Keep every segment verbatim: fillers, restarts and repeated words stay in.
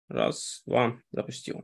Раз, два, запустил.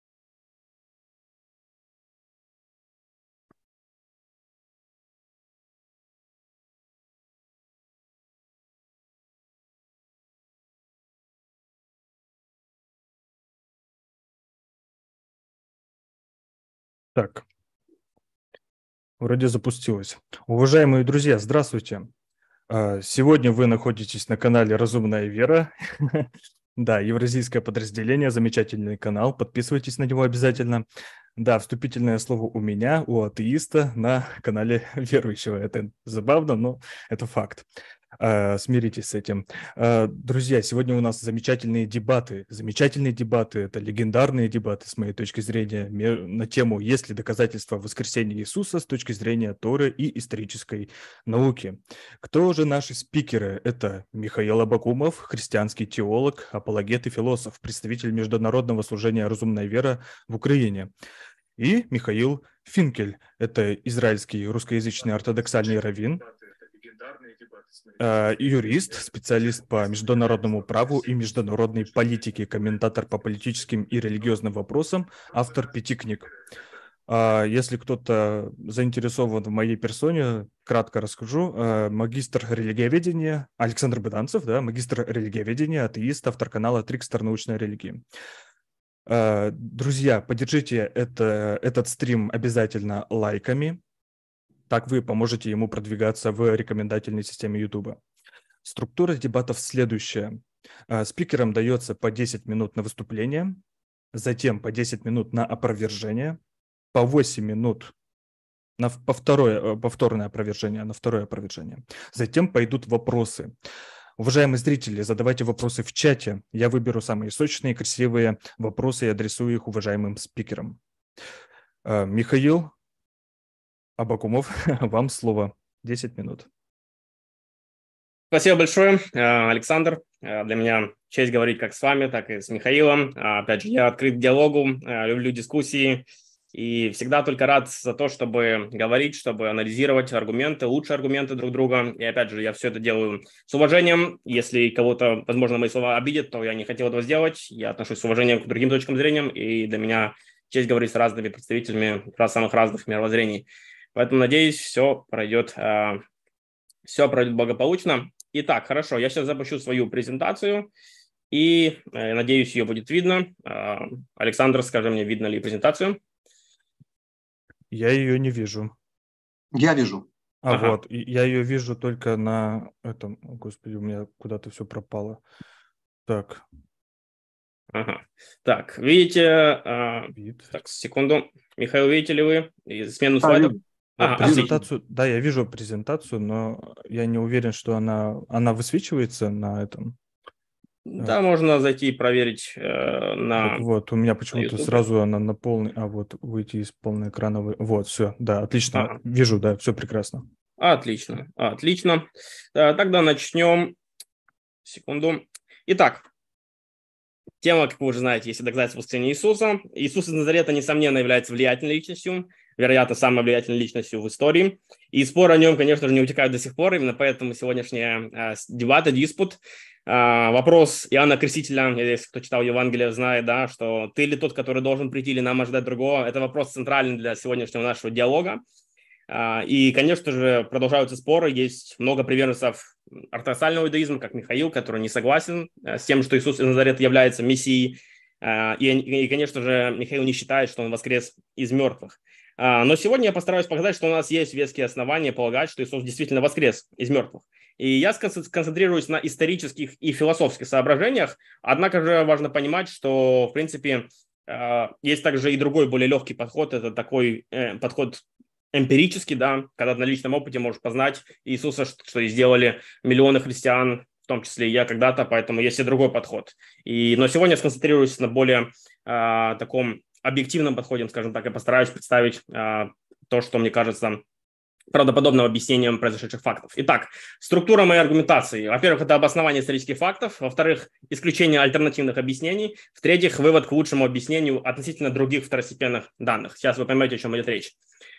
Так, вроде запустилось. Уважаемые друзья, здравствуйте. А, Сегодня вы находитесь на канале «Разумная вера». Да, евразийское подразделение, замечательный канал, подписывайтесь на него обязательно. Да, вступительное слово у меня, у атеиста на канале верующего. Это забавно, но это факт. А, Смиритесь с этим. А, Друзья, сегодня у нас замечательные дебаты. Замечательные дебаты, это легендарные дебаты, с моей точки зрения, ме- на тему «Есть ли доказательства воскресения Иисуса с точки зрения Торы и исторической науки?». Кто же наши спикеры? Это Михаил Абакумов, христианский теолог, апологет и философ, представитель Международного служения «Разумная вера» в Украине. И Михаил Финкель, это израильский русскоязычный ортодоксальный раввин, э, юрист, специалист по международному праву и международной политике, комментатор по политическим и религиозным вопросам, автор пяти книг. А Если кто-то заинтересован в моей персоне, кратко расскажу. А, Магистр религиоведения Александр Быданцев, да, магистр религиоведения, атеист, автор канала «Трикстер научной религии». А, Друзья, поддержите это, этот стрим обязательно лайками. Так вы поможете ему продвигаться в рекомендательной системе YouTube. Структура дебатов следующая. А, Спикерам дается по десять минут на выступление, затем по десять минут на опровержение, по восемь минут на по второе, повторное опровержение, на второе опровержение. Затем пойдут вопросы. Уважаемые зрители, задавайте вопросы в чате. Я выберу самые сочные, красивые вопросы и адресую их уважаемым спикерам. Михаил Абакумов, вам слово. десять минут. Спасибо большое, Александр. Для меня честь говорить как с вами, так и с Михаилом. Опять же, я открыт к диалогу, люблю дискуссии и всегда только рад за то, чтобы говорить, чтобы анализировать аргументы, лучшие аргументы друг друга. И опять же, я все это делаю с уважением. Если кого-то, возможно, мои слова обидят, то я не хотел этого сделать. Я отношусь с уважением к другим точкам зрения, и для меня честь говорить с разными представителями самых разных мировоззрений. Поэтому, надеюсь, все пройдет, все пройдет благополучно. Итак, хорошо, я сейчас запущу свою презентацию, и, э, надеюсь, ее будет видно. Э, Александр, скажи мне, видно ли презентацию? Я ее не вижу. Я вижу. А Ага. вот, я ее вижу только на этом... Господи, у меня куда-то все пропало. Так. Ага. Так, видите... Э, Вид. так, секунду. Михаил, видите ли вы смену А, слайдов? вижу. А, Ага, отлично. презентацию, да, я вижу презентацию, но я не уверен, что она, она высвечивается на этом. Да, можно зайти и проверить э, на... Так вот, у меня почему-то YouTube. сразу она на полный, а вот выйти из полного экрана, вы- вот, все, да, отлично, Ага. вижу, да, все прекрасно. Отлично, отлично. Э, Тогда начнем. Секунду. Итак, тема, как вы уже знаете, есть доказательства воскресения Иисуса. Иисус из Назарета, несомненно, является влиятельной личностью, вероятно, самой влиятельной личностью в истории. И споры о нем, конечно же, не утекают до сих пор. Именно поэтому сегодняшняя э, дебаты, диспут. Э, вопрос Иоанна Крестителя, если кто читал Евангелие, знает, да, что ты ли тот, который должен прийти, или нам ожидать другого. Это вопрос центральный для сегодняшнего нашего диалога. И, конечно же, продолжаются споры. Есть много приверженцев ортодоксального иудаизма, как Михаил, который не согласен с тем, что Иисус из Назарета является Мессией. И, конечно же, Михаил не считает, что он воскрес из мертвых. Но сегодня я постараюсь показать, что у нас есть веские основания полагать, что Иисус действительно воскрес из мертвых. И я сконцентрируюсь на исторических и философских соображениях. Однако же важно понимать, что, в принципе, есть также и другой, более легкий подход. Это такой подход эмпирически, да, когда на личном опыте можешь познать Иисуса, что и сделали миллионы христиан, в том числе и я когда-то, поэтому есть и другой подход. И, но сегодня я сконцентрируюсь на более а, таком объективном подходе, скажем так, и постараюсь представить а, то, что мне кажется правдоподобным объяснением произошедших фактов. Итак, структура моей аргументации. Во-первых, это обоснование исторических фактов. Во-вторых, исключение альтернативных объяснений. В-третьих, вывод к лучшему объяснению относительно других второстепенных данных. Сейчас вы поймете, о чем идет речь.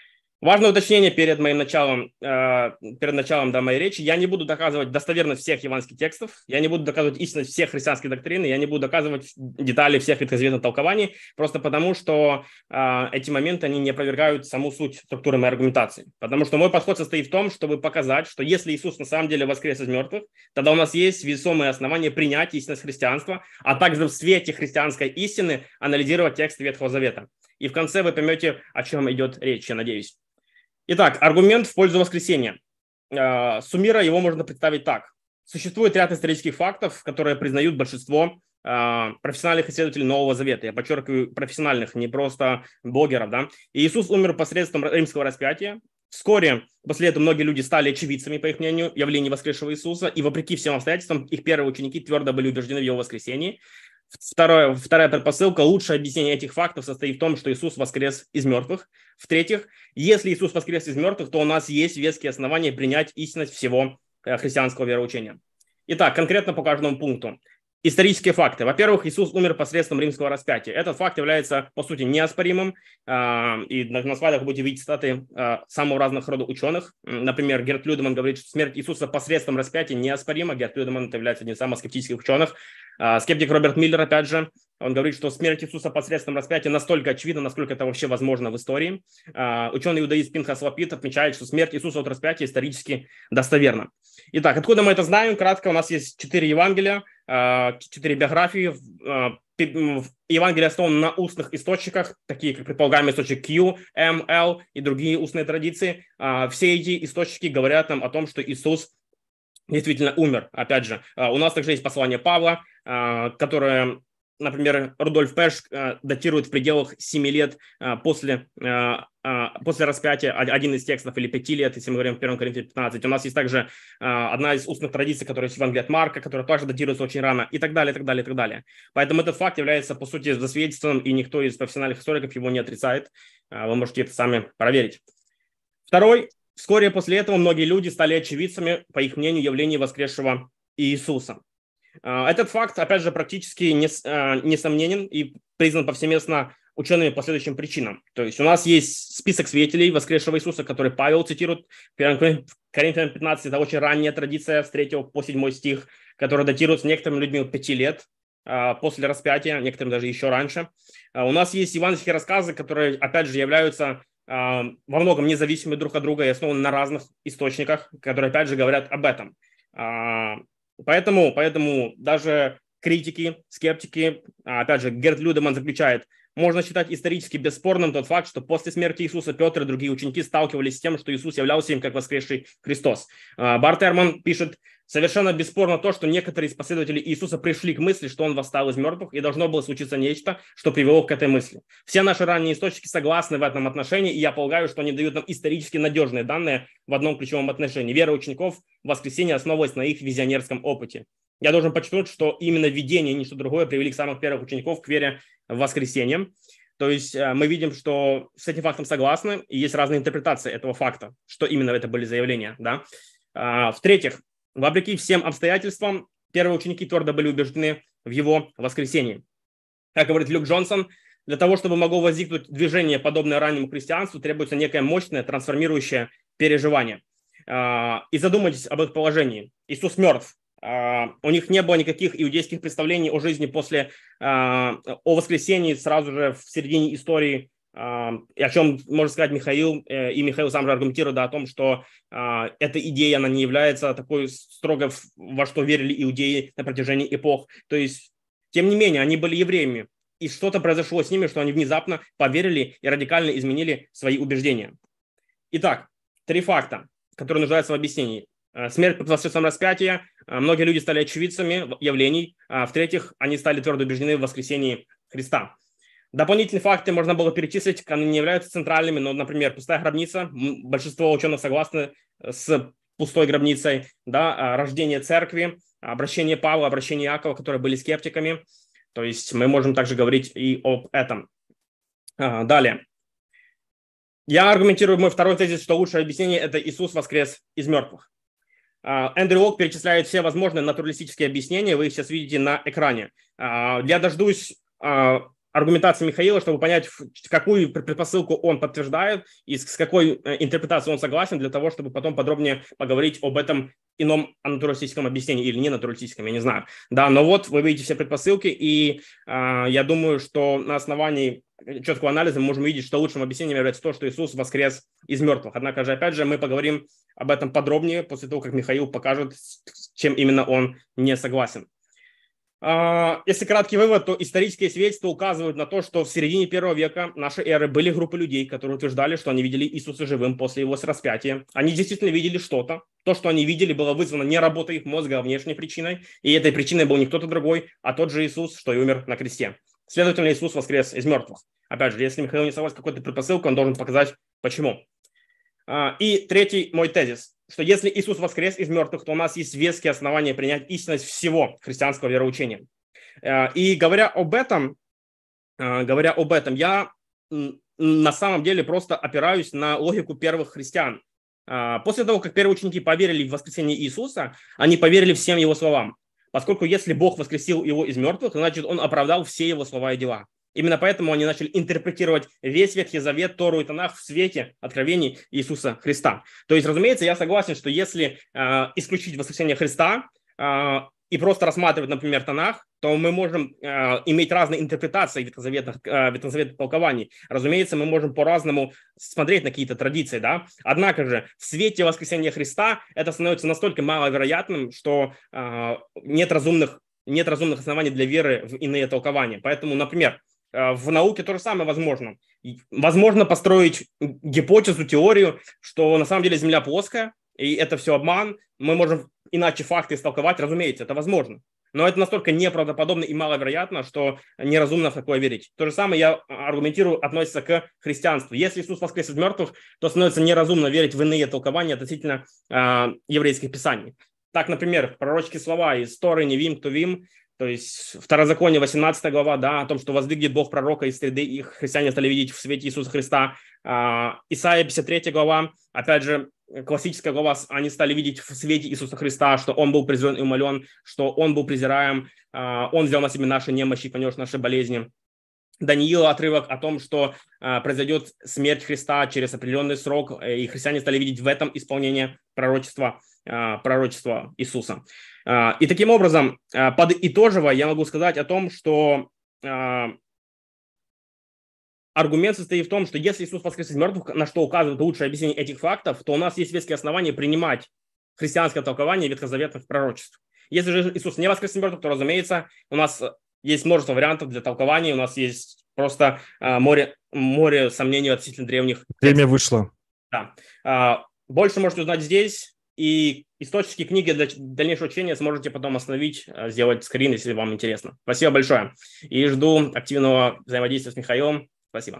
Важное уточнение перед моим началом, э, перед началом да, моей речи. Я не буду доказывать достоверность всех евангельских текстов, я не буду доказывать истинность всех христианских доктрин, я не буду доказывать детали всех ветхозаветных толкований, просто потому что э, эти моменты, они не опровергают саму суть структуры моей аргументации. Потому что мой подход состоит в том, чтобы показать, что если Иисус на самом деле воскрес из мертвых, тогда у нас есть весомые основания принять истинность христианства, а также в свете христианской истины анализировать тексты Ветхого Завета. И в конце вы поймете, о чем идет речь, я надеюсь. Итак, аргумент в пользу воскресения. Суммируя его можно представить так. Существует ряд исторических фактов, которые признают большинство профессиональных исследователей Нового Завета. Я подчеркиваю, профессиональных, не просто блогеров. Да? И Иисус умер посредством римского распятия. Вскоре после этого многие люди стали очевидцами, по их мнению, явления воскресшего Иисуса. И вопреки всем обстоятельствам, их первые ученики твердо были убеждены в его воскресении. Второе, вторая предпосылка, лучшее объяснение этих фактов состоит в том, что Иисус воскрес из мертвых. В-третьих, если Иисус воскрес из мертвых, то у нас есть веские основания принять истинность всего христианского вероучения. Итак, конкретно по каждому пункту. Исторические факты. Во-первых, Иисус умер посредством римского распятия. Этот факт является, по сути, неоспоримым. И на слайдах вы будете видеть цитаты самого разных рода ученых. Например, Герт Людеман говорит, что смерть Иисуса посредством распятия неоспорима. Герт Людеман является одним из самых скептических ученых. Скептик Роберт Миллер, опять же, он говорит, что смерть Иисуса посредством распятия настолько очевидна, насколько это вообще возможно в истории. Ученый-иудаист Пинхас Лапид отмечает, что смерть Иисуса от распятия исторически достоверна. Итак, откуда мы это знаем? Кратко, у нас есть четыре Евангелия, четыре биографии. Евангелие основано на устных источниках, такие как предполагаемый источник Q, M, L и другие устные традиции. Все эти источники говорят нам о том, что Иисус действительно умер. Опять же, у нас также есть послание Павла, которое, например, Рудольф Пеш датирует в пределах семи лет после, после распятия, один из текстов, или пяти лет, если мы говорим в первом Коринфянам пятнадцать. У нас есть также одна из устных традиций, которая есть в Евангелии от Марка, которая тоже датируется очень рано, и так далее, и так далее, и так далее. Поэтому этот факт является, по сути, засвидетельствованным, и никто из профессиональных историков его не отрицает. Вы можете это сами проверить. Второй. Вскоре после этого многие люди стали очевидцами, по их мнению, явления воскресшего Иисуса. Этот факт, опять же, практически несомненен и признан повсеместно учеными по следующим причинам. То есть у нас есть список свидетелей воскресшего Иисуса, который Павел цитирует. В Коринфянам пятнадцать это очень ранняя традиция с третьего по седьмой стих, которая датируется некоторыми людьми от пяти лет после распятия, некоторым даже еще раньше. У нас есть евангельские рассказы, которые, опять же, являются во многом независимы друг от друга и основаны на разных источниках, которые, опять же, говорят об этом. Поэтому, поэтому даже критики, скептики, опять же, Герт Людеман заключает, можно считать исторически бесспорным тот факт, что после смерти Иисуса Петр и другие ученики сталкивались с тем, что Иисус являлся им как воскресший Христос. Барт Эрман пишет, совершенно бесспорно то, что некоторые из последователей Иисуса пришли к мысли, что Он восстал из мертвых, и должно было случиться нечто, что привело к этой мысли. Все наши ранние источники согласны в этом отношении, и я полагаю, что они дают нам исторически надежные данные в одном ключевом отношении. Вера учеников в воскресение основывалась на их визионерском опыте. Я должен подчеркнуть, что именно видение и ничто другое привели к самых первых учеников к вере в воскресение. То есть мы видим, что с этим фактом согласны, и есть разные интерпретации этого факта, что именно это были заявления. Да? В-третьих, вопреки всем обстоятельствам, первые ученики твердо были убеждены в его воскресении. Как говорит Люк Джонсон, для того, чтобы могло возникнуть движение, подобное раннему христианству, требуется некое мощное трансформирующее переживание. И задумайтесь об их положении. Иисус мертв. У них не было никаких иудейских представлений о жизни после, о воскресении сразу же в середине истории, и о чем, можно сказать, Михаил, и Михаил сам же аргументирует, да, о том, что эта идея, она не является такой строго, во что верили иудеи на протяжении эпох. То есть, тем не менее, они были евреями, и что-то произошло с ними, что они внезапно поверили и радикально изменили свои убеждения. Итак, три факта, которые нуждаются в объяснении. Смерть посредством распятия, многие люди стали очевидцами явлений, а в-третьих, они стали твердо убеждены в воскресении Христа. Дополнительные факты можно было перечислить, они не являются центральными, но, например, пустая гробница, большинство ученых согласны с пустой гробницей, да, рождение церкви, обращение Павла, обращение Иакова, которые были скептиками, то есть мы можем также говорить и об этом. Далее. Я аргументирую мой второй тезис, что лучшее объяснение – это Иисус воскрес из мертвых. Эндрю Лок перечисляет все возможные натуралистические объяснения, вы их сейчас видите на экране. Я дождусь аргументации Михаила, чтобы понять, какую предпосылку он подтверждает и с какой интерпретацией он согласен, для того, чтобы потом подробнее поговорить об этом ином натуралистическом объяснении или не натуралистическом, я не знаю. Да, но вот вы видите все предпосылки, и э, я думаю, что на основании четкого анализа мы можем видеть, что лучшим объяснением является то, что Иисус воскрес из мертвых. Однако же, опять же, мы поговорим об этом подробнее после того, как Михаил покажет, с чем именно он не согласен. Если краткий вывод, то исторические свидетельства указывают на то, что в середине первого века нашей эры были группы людей, которые утверждали, что они видели Иисуса живым после его распятия. Они действительно видели что-то. То, что они видели, было вызвано не работой их мозга, а внешней причиной. И этой причиной был не кто-то другой, а тот же Иисус, что и умер на кресте. Следовательно, Иисус воскрес из мертвых. Опять же, если Михаил не согласен с какой-то предпосылкой, он должен показать, почему. И третий мой тезис, что если Иисус воскрес из мертвых, то у нас есть веские основания принять истинность всего христианского вероучения. И говоря об этом, говоря об этом, я на самом деле просто опираюсь на логику первых христиан. После того, как первые ученики поверили в воскресение Иисуса, они поверили всем его словам. Поскольку если Бог воскресил его из мертвых, значит, он оправдал все его слова и дела. Именно поэтому они начали интерпретировать весь Ветхий Завет, Тору и Танах в свете откровений Иисуса Христа. То есть, разумеется, я согласен, что если э, исключить воскресение Христа э, и просто рассматривать, например, Танах, то мы можем э, иметь разные интерпретации ветхозаветных, э, ветхозаветных толкований. Разумеется, мы можем по-разному смотреть на какие-то традиции, да. Однако же в свете воскресения Христа это становится настолько маловероятным, что э, нет разумных, нет разумных оснований для веры в иные толкования. Поэтому, например, в науке то же самое возможно. Возможно построить гипотезу, теорию, что на самом деле Земля плоская, и это все обман. Мы можем иначе факты истолковать, разумеется, это возможно. Но это настолько неправдоподобно и маловероятно, что неразумно в такое верить. То же самое я аргументирую, относится к христианству. Если Иисус воскрес из мертвых, то становится неразумно верить в иные толкования относительно э, еврейских писаний. Так, например, пророческие слова из Торы «Невим, Ктувим», то есть Второзаконие, восемнадцатая глава, да, о том, что воздвигнет Бог пророка из среды их, христиане стали видеть в свете Иисуса Христа. А, Исайя, пятьдесят третья глава, опять же, классическая глава, они стали видеть в свете Иисуса Христа, что Он был презрен и умолен, что Он был презираем, а, Он взял на себя наши немощи, понес наши болезни. Даниила отрывок о том, что а, произойдет смерть Христа через определенный срок, и христиане стали видеть в этом исполнение пророчества, а, пророчества Иисуса. А, и таким образом, а, подытоживая, я могу сказать о том, что а, аргумент состоит в том, что если Иисус воскрес из мертвых, на что указывает лучшее объяснение этих фактов, то у нас есть веские основания принимать христианское толкование ветхозаветных пророчеств. Если же Иисус не воскрес из мертвых, то, разумеется, у нас есть множество вариантов для толкования, у нас есть просто а, море, море сомнений относительно древних. Время вышло. Да. А, больше можете узнать здесь, и источники книги для дальнейшего чтения сможете потом остановить, сделать скрин, если вам интересно. Спасибо большое. И жду активного взаимодействия с Михаилом. Спасибо.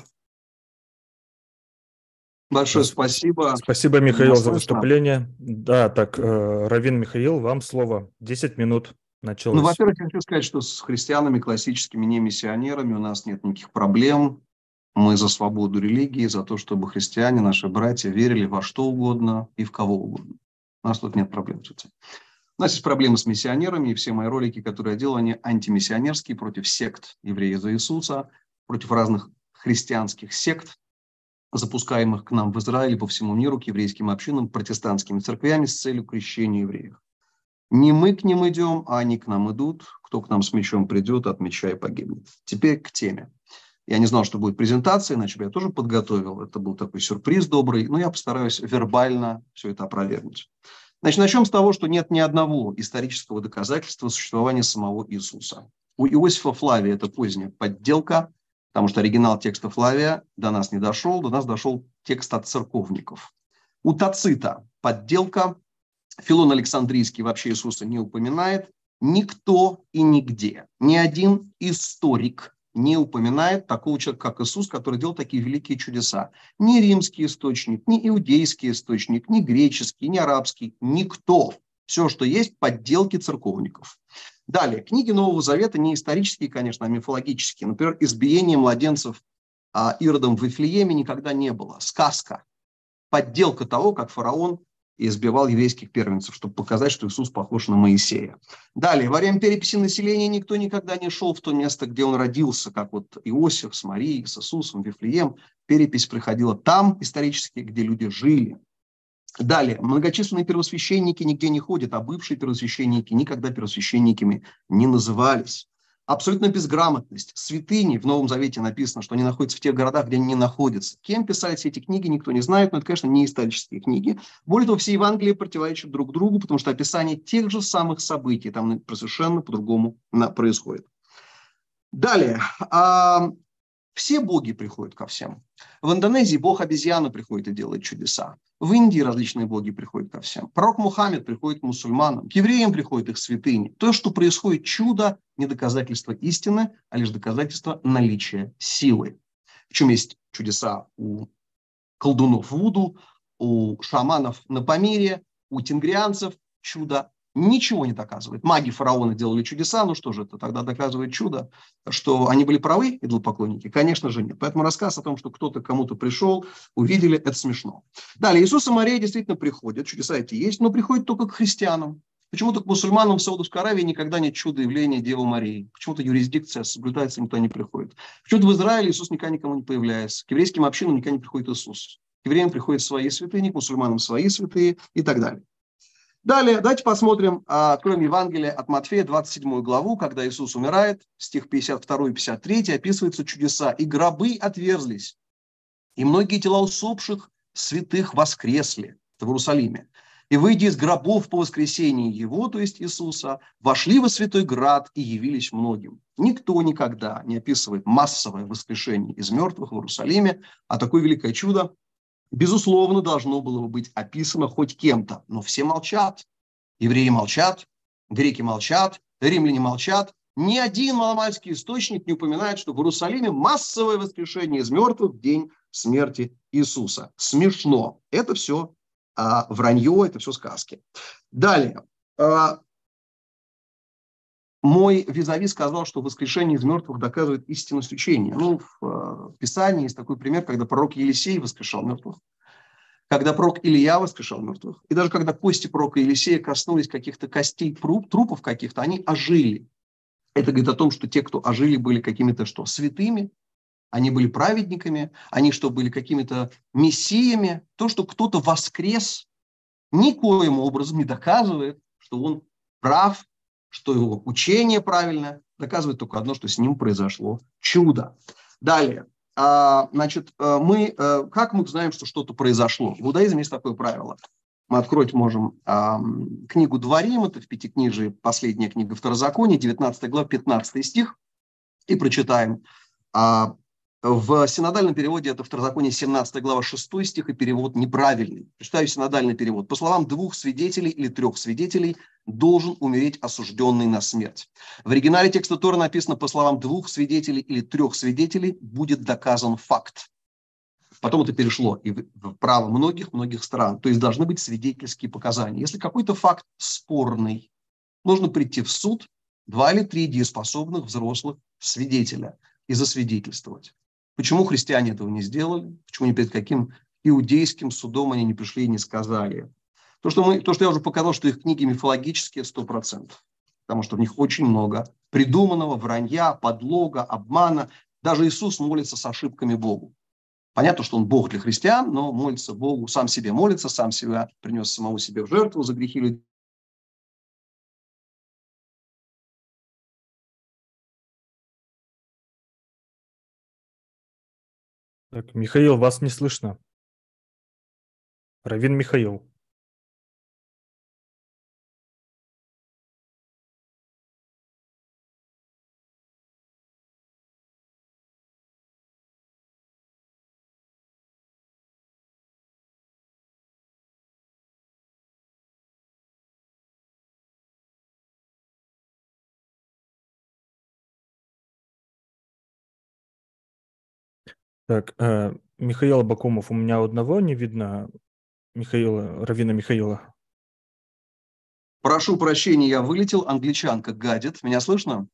Большое спасибо. Спасибо, Михаил, за выступление. Да, так, э, Раввин Михаил, вам слово. десять минут. Началось. Ну, во-первых, я хочу сказать, что с христианами, классическими, не миссионерами у нас нет никаких проблем. Мы за свободу религии, за то, чтобы христиане, наши братья, верили во что угодно и в кого угодно. У нас тут нет проблем с этим. У нас есть проблемы с миссионерами, и все мои ролики, которые я делал, они антимиссионерские, против сект евреев за Иисуса, против разных христианских сект, запускаемых к нам в Израиле, по всему миру, к еврейским общинам, протестантскими церквями с целью крещения евреев. Не мы к ним идем, а они к нам идут. Кто к нам с мечом придет, от меча и погибнет. Теперь к теме. Я не знал, что будет презентация, иначе бы я тоже подготовил. Это был такой сюрприз добрый, но я постараюсь вербально все это опровергнуть. Значит, начнем с того, что нет ни одного исторического доказательства существования самого Иисуса. У Иосифа Флавия это поздняя подделка, потому что оригинал текста Флавия до нас не дошел, до нас дошел текст от церковников. У Тацита подделка. Филон Александрийский вообще Иисуса не упоминает. Никто и нигде, ни один историк не упоминает такого человека, как Иисус, который делал такие великие чудеса. Ни римский источник, ни иудейский источник, ни греческий, ни арабский. Никто. Все, что есть, подделки церковников. Далее, книги Нового Завета не исторические, конечно, а мифологические. Например, избиение младенцев а, Иродом в Вифлееме никогда не было. Сказка. Подделка того, как фараон и избивал еврейских первенцев, чтобы показать, что Иисус похож на Моисея. Далее, во время переписи населения никто никогда не шел в то место, где он родился, как вот Иосиф с Марией, с Иисусом, Вифлеем. Перепись проходила там, исторически, где люди жили. Далее, многочисленные первосвященники нигде не ходят, а бывшие первосвященники никогда первосвященниками не назывались. Абсолютно безграмотность. Святыни в Новом Завете написано, что они находятся в тех городах, где они не находятся. Кем писали все эти книги, никто не знает, но это, конечно, не исторические книги. Более того, все Евангелия противоречат друг другу, потому что описание тех же самых событий там совершенно по-другому происходит. Далее. Все боги приходят ко всем. В Индонезии бог обезьяна приходит и делает чудеса. В Индии различные боги приходят ко всем. Пророк Мухаммед приходит к мусульманам. К евреям приходят их святыни. То, что происходит чудо, не доказательство истины, а лишь доказательство наличия силы. Причем есть чудеса у колдунов Вуду, у шаманов на Памире, у тенгрианцев. Чудо ничего не доказывает. Маги фараона делали чудеса, ну что же это тогда доказывает чудо? Что они были правы, идолопоклонники? Конечно же нет. Поэтому рассказ о том, что кто-то к кому-то пришел, увидели, это смешно. Далее, Иисус и Мария действительно приходят, чудеса эти есть, но приходят только к христианам. Почему-то к мусульманам в Саудовской Аравии никогда нет чуда явления Девы Марии. Почему-то юрисдикция соблюдается, никто не приходит. Почему-то в Израиле Иисус никогда никому не появляется. К еврейским общинам никогда не приходит Иисус. К евреям приходят свои святыни, к мусульманам свои святые и так далее. Далее, давайте посмотрим, откроем Евангелие от Матфея, двадцать седьмую главу, когда Иисус умирает, стих пятьдесят второй и пятьдесят третий, описываются чудеса. «И гробы отверзлись, и многие тела усопших святых воскресли» в Иерусалиме. «И, выйдя из гробов по воскресении Его, то есть Иисуса, вошли во святой град и явились многим». Никто никогда не описывает массовое воскрешение из мертвых в Иерусалиме, а такое великое чудо, безусловно, должно было бы быть описано хоть кем-то, но все молчат. Евреи молчат, греки молчат, римляне молчат. Ни один маломальский источник не упоминает, что в Иерусалиме массовое воскрешение из мертвых в день смерти Иисуса. Смешно. Это все а, вранье, это все сказки. Далее. А, мой визави сказал, что воскрешение из мертвых доказывает истинность учения. Ну, в, в Писании есть такой пример, когда пророк Елисей воскрешал мертвых, когда пророк Илия воскрешал мертвых, и даже когда кости пророка Елисея коснулись каких-то костей, трупов каких-то, они ожили. Это говорит о том, что те, кто ожили, были какими-то что? Святыми, они были праведниками, они что, были какими-то мессиями. То, что кто-то воскрес, никоим образом не доказывает, что он прав, что его учение правильное, доказывает только одно, что с ним произошло чудо. Далее. А, значит, мы, как мы знаем, что что-то произошло? В иудаизме есть такое правило. Мы открыть можем а, книгу Дворим, это в Пятикнижии, последняя книга Второзакония, девятнадцатая глава, пятнадцатый стих, и прочитаем. А, в синодальном переводе это Второзаконие, семнадцатая глава, шестой стих, и перевод неправильный. Прочитаю синодальный перевод. По словам двух свидетелей или трех свидетелей, должен умереть осужденный на смерть. В оригинале текста Торы написано: по словам двух свидетелей или трех свидетелей будет доказан факт. Потом это перешло и в право многих-многих стран. То есть должны быть свидетельские показания. Если какой-то факт спорный, нужно прийти в суд, два или три дееспособных взрослых свидетеля и засвидетельствовать. Почему христиане этого не сделали? Почему ни перед каким иудейским судом они не пришли и не сказали? То, что, мы, то, что я уже показал, что их книги мифологические, сто процентов. Потому что в них очень много придуманного, вранья, подлога, обмана. Даже Иисус молится с ошибками Богу. Понятно, что он Бог для христиан, но молится Богу, сам себе молится, сам себя принес самого себе в жертву за грехи людей. Так, Михаил, вас не слышно. Раввин Михаил. Так, э, Михаил Абакумов, у меня одного не видно. Михаила, раввина Михаила. Прошу прощения, я вылетел. Англичанка гадит. Меня слышно?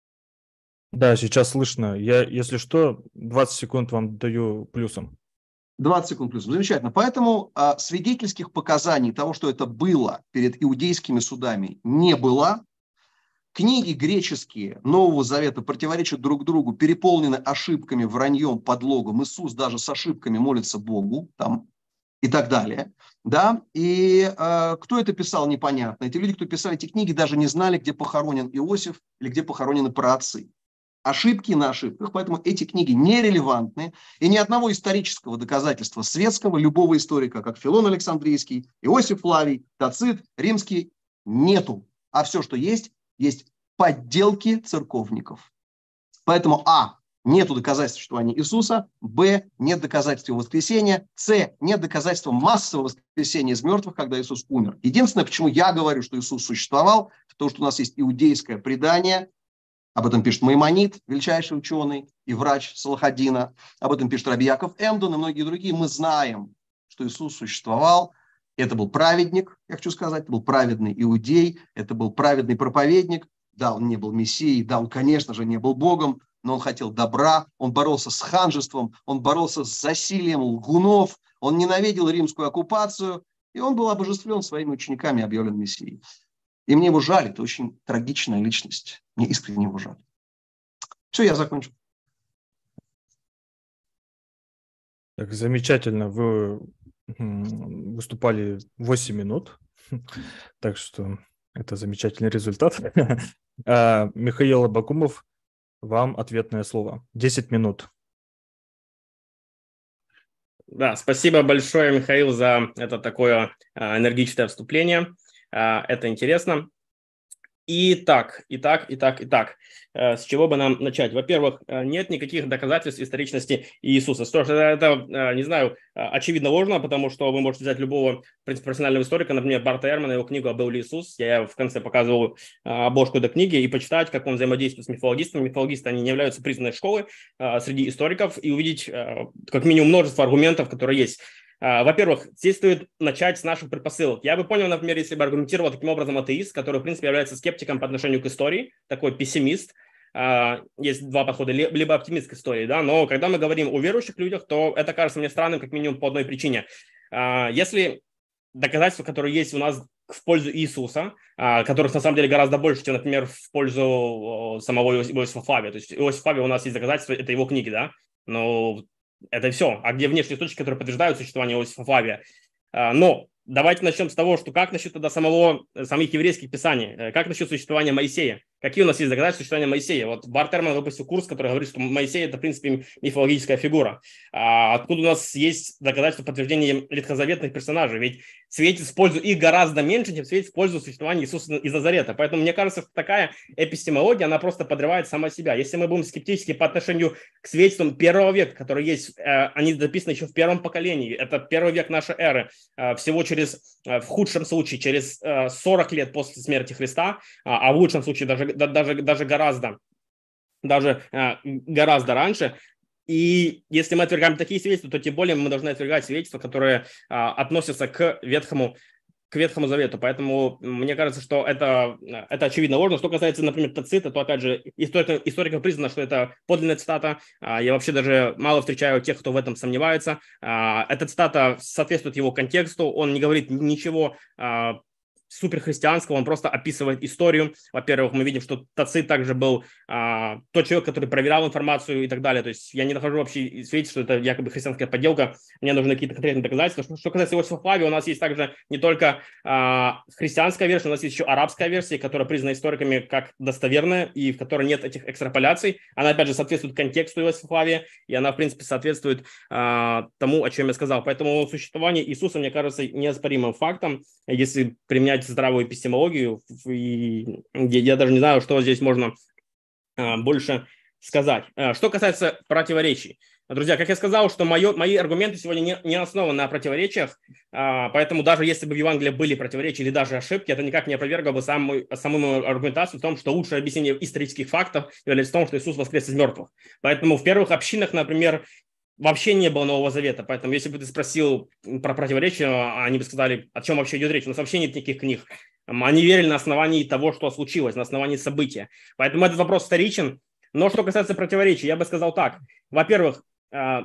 Да, сейчас слышно. Я, если что, двадцать секунд вам даю плюсом. двадцать секунд плюс. Замечательно. Поэтому а, свидетельских показаний того, что это было перед иудейскими судами, не было. Книги греческие Нового Завета противоречат друг другу, переполнены ошибками, враньем, подлогом. Иисус даже с ошибками молится Богу там, и так далее. Да? И э, кто это писал, непонятно. Эти люди, кто писали эти книги, даже не знали, где похоронен Иосиф или где похоронены праотцы. Ошибки на ошибках, поэтому эти книги нерелевантны, и ни одного исторического доказательства светского, любого историка, как Филон Александрийский, Иосиф Флавий, Тацит, Римский, нету. А все, что есть, есть подделки церковников. Поэтому а. Нету доказательств существования Иисуса, б. Нет доказательств его воскресения, с. Нет доказательства массового воскресения из мертвых, когда Иисус умер. Единственное, почему я говорю, что Иисус существовал, потому что у нас есть иудейское предание. Об этом пишет Маймонид, величайший ученый и врач Салахаддина. Об этом пишет Раби Яков Эмдон и многие другие. Мы знаем, что Иисус существовал. Это был праведник, я хочу сказать, это был праведный иудей, это был праведный проповедник. Да, он не был мессией, да, он, конечно же, не был Богом, но он хотел добра, он боролся с ханжеством, он боролся с засилием лгунов, он ненавидел римскую оккупацию, и он был обожествлен своими учениками, объявлен мессией. И мне его жаль, это очень трагичная личность. Мне искренне его жаль. Все, я закончил. Так, замечательно. Вы выступали восемь минут, так что это замечательный результат. Михаил Абакумов, вам ответное слово. десять минут. Да, спасибо большое, Михаил, за это такое энергичное вступление. Это интересно. Итак, итак, итак, итак. С чего бы нам начать? Во-первых, нет никаких доказательств историчности Иисуса. Что же, это, не знаю, очевидно ложно, потому что вы можете взять любого профессионального историка, например, Барта Эрмана, его книгу «Был ли Иисус?». Я в конце показывал обложку до книги и почитать, как он взаимодействует с мифологистами. Мифологисты, они не являются признанной школой среди историков, и увидеть как минимум множество аргументов, которые есть. Во-первых, здесь стоит начать с наших предпосылок. Я бы понял, например, если бы аргументировал таким образом атеист, который, в принципе, является скептиком по отношению к истории, такой пессимист. Есть два подхода, либо оптимист к истории, да, но когда мы говорим о верующих людях, то это кажется мне странным как минимум по одной причине. Если доказательства, которые есть у нас в пользу Иисуса, которых на самом деле гораздо больше, чем, например, в пользу самого Иосифа Флавия, то есть Иосиф Флавий у нас есть доказательства, это его книги, да, но это все. А где внешние источники, которые подтверждают существование Иосифа Флавия? Но давайте начнем с того, что как насчет тогда самого, самих еврейских писаний, как насчет существования Моисея? Какие у нас есть доказательства существования Моисея? Вот Барт Эрман выпустил курс, который говорит, что Моисей – это, в принципе, мифологическая фигура. А откуда у нас есть доказательства подтверждения ветхозаветных персонажей? Ведь светит в пользу их гораздо меньше, чем светит в пользу существования Иисуса из Назарета. Поэтому мне кажется, что такая эпистемология, она просто подрывает сама себя. Если мы будем скептически по отношению к свидетельствам первого века, которые есть, они записаны еще в первом поколении, это первый век нашей эры, всего через, в худшем случае, через сорок лет после смерти Христа, а в лучшем случае даже даже, даже гораздо, даже э, гораздо раньше. И если мы отвергаем такие свидетельства, то тем более мы должны отвергать свидетельства, которые э, относятся к Ветхому, к Ветхому Завету. Поэтому мне кажется, что это, это очевидно ложно. Что касается, например, Тацита, то, опять же, историков, историков признано, что это подлинная цитата. Я вообще даже мало встречаю тех, кто в этом сомневается. Эта цитата соответствует его контексту. Он не говорит ничего суперхристианского, он просто описывает историю. Во-первых, мы видим, что Тацит также был а, тот человек, который проверял информацию и так далее. То есть я не нахожу вообще свидетельств, что это якобы христианская подделка. Мне нужны какие-то конкретные доказательства. Что, что касается Иосифа Флавия, у нас есть также не только а, христианская версия, у нас есть еще арабская версия, которая признана историками как достоверная и в которой нет этих экстраполяций. Она, опять же, соответствует контексту Иосифа Флавия, и она, в принципе, соответствует а, тому, о чем я сказал. Поэтому существование Иисуса, мне кажется, неоспоримым фактом, если применять здравую эпистемологию, и я даже не знаю, что здесь можно а, больше сказать. А, что касается противоречий. Друзья, как я сказал, что мое, мои аргументы сегодня не, не основаны на противоречиях, а, поэтому даже если бы в Евангелии были противоречия или даже ошибки, это никак не опровергло бы саму, саму мою аргументацию в том, что лучшее объяснение исторических фактов является в том, что Иисус воскрес из мертвых. Поэтому в первых общинах, например, вообще не было Нового Завета, поэтому если бы ты спросил про противоречия, они бы сказали, о чем вообще идет речь. У нас вообще нет никаких книг. Они верили на основании того, что случилось, на основании события. Поэтому этот вопрос вторичен. Но что касается противоречий, я бы сказал так. Во-первых,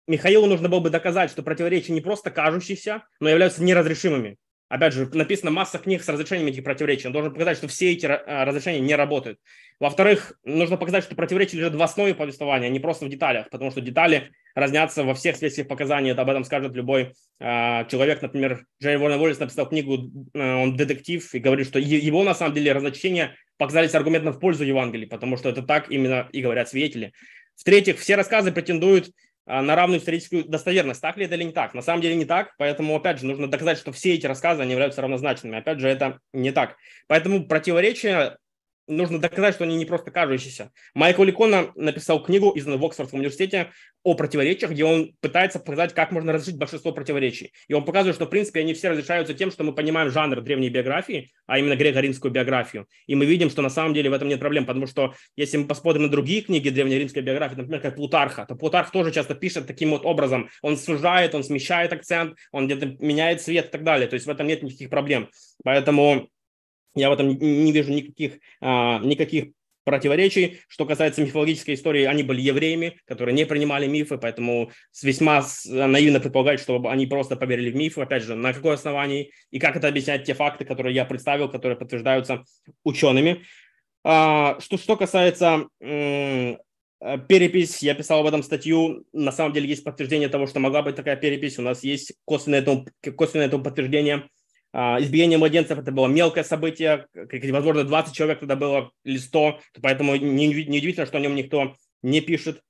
Михаилу нужно было бы доказать, что противоречия не просто кажущиеся, но являются неразрешимыми. Опять же, написано масса книг с разрешением этих противоречий. Он должен показать, что все эти разрешения не работают. Во-вторых, нужно показать, что противоречия лежат в основе повествования, а не просто в деталях, потому что детали разнятся во всех следствиях показаний. Это об этом скажет любой э, человек. Например, Джерри Уоррен Уоллес написал книгу, э, он детектив, и говорит, что его, на самом деле, разночтения показались аргументом в пользу Евангелия, потому что это так именно и говорят свидетели. В-третьих, все рассказы претендуют на равную историческую достоверность. Так ли это или не так? На самом деле не так, поэтому, опять же, нужно доказать, что все эти рассказы, они являются равнозначными. Опять же, это не так. Поэтому противоречия нужно доказать, что они не просто кажущиеся. Майкл Ликона написал книгу, изданную в Оксфордском университете, о противоречиях, где он пытается показать, как можно разрешить большинство противоречий. И он показывает, что, в принципе, они все разрешаются тем, что мы понимаем жанр древней биографии, а именно греко-римскую биографию. И мы видим, что на самом деле в этом нет проблем, потому что если мы посмотрим на другие книги древнеримской биографии, например, как Плутарха, то Плутарх тоже часто пишет таким вот образом. Он сужает, он смещает акцент, он где-то меняет цвет и так далее. То есть в этом нет никаких проблем. Поэтому я в этом не вижу никаких, а, никаких противоречий. Что касается мифологической истории, они были евреями, которые не принимали мифы, поэтому весьма наивно предполагать, что они просто поверили в мифы. Опять же, на какое основании и как это объяснять те факты, которые я представил, которые подтверждаются учеными. А, что, что касается м- перепись, я писал об этом статью. На самом деле есть подтверждение того, что могла быть такая перепись. У нас есть косвенное этому, косвенное этому подтверждение. Избиение младенцев – это было мелкое событие, возможно, двадцать человек тогда было или сто, поэтому неудивительно, что о нем никто не пишет.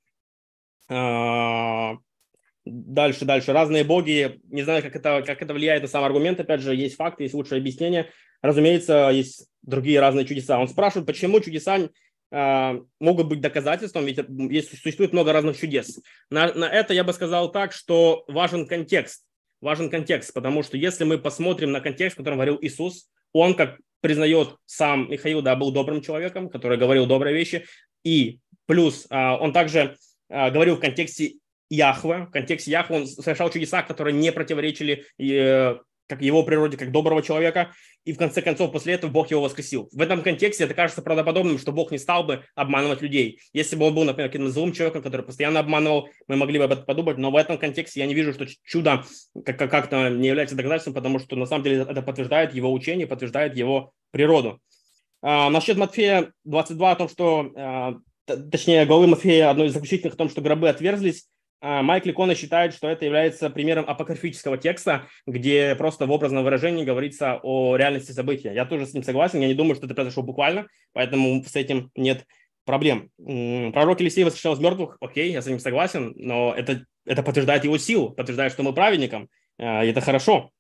Дальше, дальше. Разные боги, не знаю, как это, как это влияет на сам аргумент, опять же, есть факты, есть лучшее объяснение. Разумеется, есть другие разные чудеса. Он спрашивает, почему чудеса могут быть доказательством, ведь есть, существует много разных чудес. На, на это я бы сказал так, что важен контекст. Важен контекст, потому что если мы посмотрим на контекст, в котором говорил Иисус, он, как признает сам Михаил, да, был добрым человеком, который говорил добрые вещи, и плюс он также говорил в контексте Яхве, в контексте Яхве он совершал чудеса, которые не противоречили как его природе, как доброго человека, и в конце концов после этого Бог его воскресил. В этом контексте это кажется правдоподобным, что Бог не стал бы обманывать людей. Если бы он был, например, каким-то злым человеком, который постоянно обманывал, мы могли бы об этом подумать, но в этом контексте я не вижу, что чудо как-то не является доказательством, потому что на самом деле это подтверждает его учение, подтверждает его природу. А, насчет Матфея двадцать два, о том, что, а, точнее, главы Матфея, одной из заключительных, о том, что гробы отверзлись, Майк Ликона считает, что это является примером апокрифического текста, где просто в образном выражении говорится о реальности события. Я тоже с ним согласен, я не думаю, что это произошло буквально, поэтому с этим нет проблем. Пророк Елисей воскрешал из мертвых, окей, я с ним согласен, но это, это подтверждает его силу, подтверждает, что мы праведникам, и это хорошо.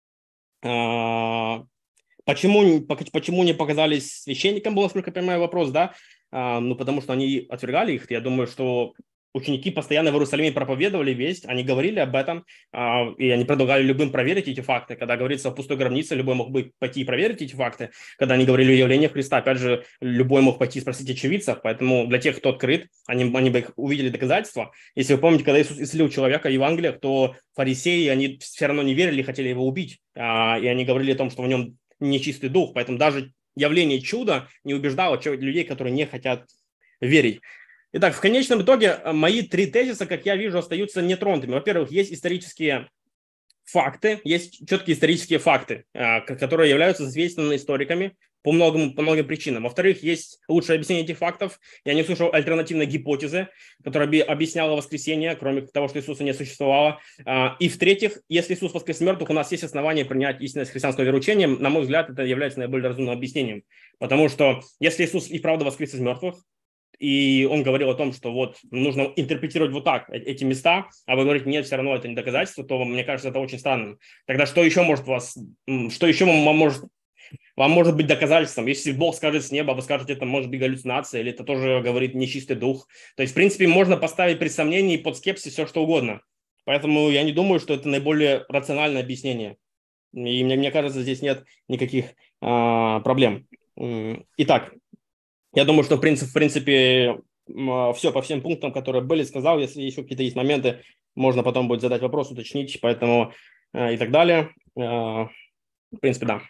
Почему, почему не показались священникам, был, насколько я понимаю, вопрос, да? Ну, потому что они отвергали их. Я думаю, что ученики постоянно в Иерусалиме проповедовали весть, они говорили об этом, и они предлагали любым проверить эти факты. Когда говорится о пустой гробнице, любой мог бы пойти и проверить эти факты. Когда они говорили о явлении Христа, опять же, любой мог пойти и спросить очевидцев. Поэтому для тех, кто открыт, они, они бы их увидели доказательства. Если вы помните, когда Иисус исцелил человека в Евангелиях, то фарисеи, они все равно не верили, хотели его убить. И они говорили о том, что в нем нечистый дух. Поэтому даже явление чуда не убеждало людей, которые не хотят верить. Итак, в конечном итоге мои три тезиса, как я вижу, остаются нетронутыми. Во-первых, есть исторические факты, есть четкие исторические факты, которые являются засвидетельствованы историками по многим, по многим причинам. Во-вторых, есть лучшее объяснение этих фактов. Я не услышал альтернативной гипотезы, которая бы объясняла воскресение, кроме того, что Иисуса не существовало. И в-третьих, если Иисус воскрес мертвых, у нас есть основания принять истинность христианского вероучения. На мой взгляд, это является наиболее разумным объяснением. Потому что если Иисус и правда воскрес из мертвых, и он говорил о том, что вот нужно интерпретировать вот так эти места, а вы говорите, нет, все равно это не доказательство, то мне кажется, это очень странно. Тогда что еще может вас, что еще вам может, вам может быть доказательством? Если Бог скажет с неба, вы скажете, это может быть галлюцинация, или это тоже говорит нечистый дух. То есть, в принципе, можно поставить при сомнении под скепсис все, что угодно. Поэтому я не думаю, что это наиболее рациональное объяснение. И мне, мне кажется, здесь нет никаких а, проблем. Итак, я думаю, что в принципе, в принципе все по всем пунктам, которые были, сказал. Если еще какие-то есть моменты, можно потом будет задать вопрос, уточнить, поэтому и так далее. В принципе, да.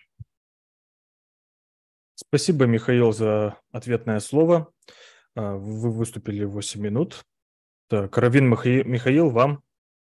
Спасибо, Михаил, за ответное слово. Вы выступили восемь минут. Так, Раввин Михаил, вам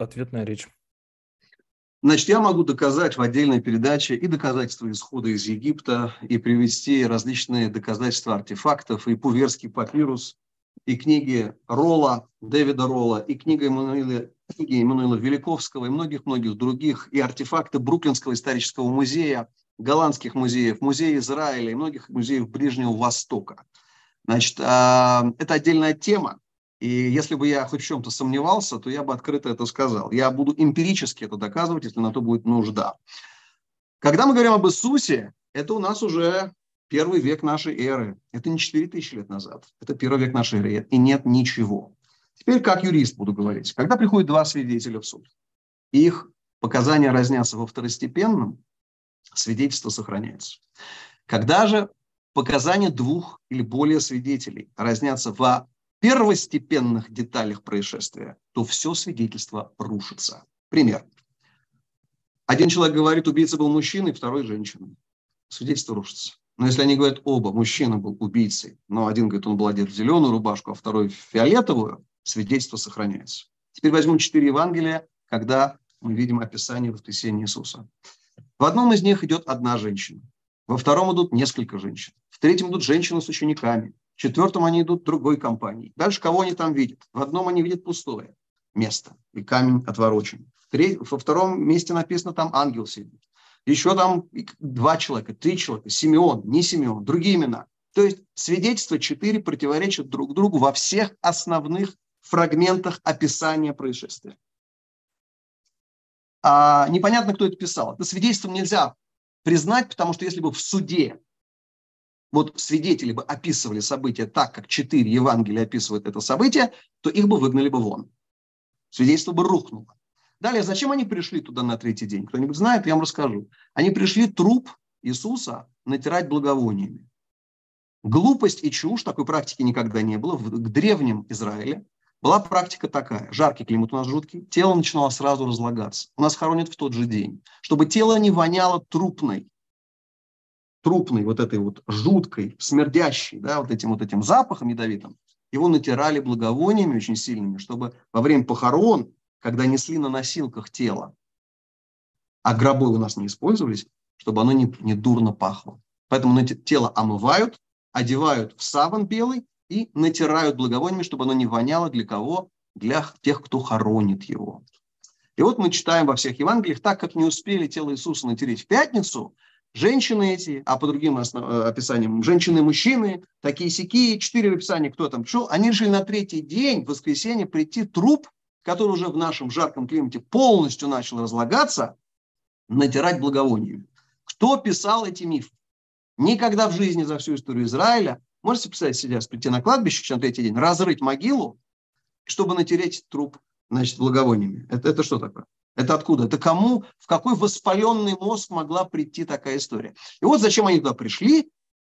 ответная речь. Значит, я могу доказать в отдельной передаче и доказательства исхода из Египта, и привести различные доказательства артефактов, и Пуверский папирус, и книги Ролла, Дэвида Ролла, и книга Эммануила, книги Эммануила Великовского, и многих-многих других, и артефакты Бруклинского исторического музея, голландских музеев, музея Израиля и многих музеев Ближнего Востока. Значит, это отдельная тема. И если бы я хоть в чем-то сомневался, то я бы открыто это сказал. Я буду эмпирически это доказывать, если на то будет нужда. Когда мы говорим об Иисусе, это у нас уже первый век нашей эры. Это не четыре тысячи лет назад. Это первый век нашей эры. И нет ничего. Теперь как юрист буду говорить. Когда приходят два свидетеля в суд, их показания разнятся во второстепенном, свидетельство сохраняется. Когда же показания двух или более свидетелей разнятся во первостепенных деталях происшествия, то все свидетельство рушится. Пример. Один человек говорит, убийца был мужчиной, второй – женщиной. Свидетельство рушится. Но если они говорят оба, мужчина был убийцей, но один говорит, он был одет в зеленую рубашку, а второй в фиолетовую, свидетельство сохраняется. Теперь возьмем четыре Евангелия, когда мы видим описание воскресения Иисуса. В одном из них идет одна женщина, во втором идут несколько женщин, в третьем идут женщины с учениками, в четвертом они идут другой компанией. Дальше кого они там видят? В одном они видят пустое место, и камень отворочен. Во втором месте написано, там ангел сидит. Еще там два человека, три человека, Симеон, не Симеон, другие имена. То есть свидетельства четыре противоречат друг другу во всех основных фрагментах описания происшествия. А непонятно, кто это писал. Это свидетельство нельзя признать, потому что если бы в суде вот свидетели бы описывали события так, как четыре Евангелия описывают это событие, то их бы выгнали бы вон. Свидетельство бы рухнуло. Далее, зачем они пришли туда на третий день? Кто-нибудь знает, я вам расскажу. Они пришли труп Иисуса натирать благовониями. Глупость и чушь, такой практики никогда не было. В древнем Израиле была практика такая. Жаркий климат у нас жуткий, тело начинало сразу разлагаться. У нас хоронят в тот же день. Чтобы тело не воняло трупной, трупной, вот этой вот жуткой, смердящей, да, вот этим вот этим запахом ядовитым, его натирали благовониями очень сильными, чтобы во время похорон, когда несли на носилках тело, а гробы у нас не использовались, чтобы оно не, не дурно пахло. Поэтому тело омывают, одевают в саван белый и натирают благовониями, чтобы оно не воняло. Для кого? Для тех, кто хоронит его. И вот мы читаем во всех Евангелиях, так как не успели тело Иисуса натереть в пятницу, женщины эти, а по другим основ... описаниям, женщины и мужчины, такие-сякие, четыре описания, кто там шел, они решили на третий день, в воскресенье, прийти труп, который уже в нашем жарком климате полностью начал разлагаться, натирать благовониями. Кто писал эти мифы? Никогда в жизни за всю историю Израиля, можете представить себе, прийти на кладбище на третий день, разрыть могилу, чтобы натереть труп, значит, благовониями. Это, это что такое? Это откуда? Это кому, в какой воспаленный мозг могла прийти такая история? И вот зачем они туда пришли,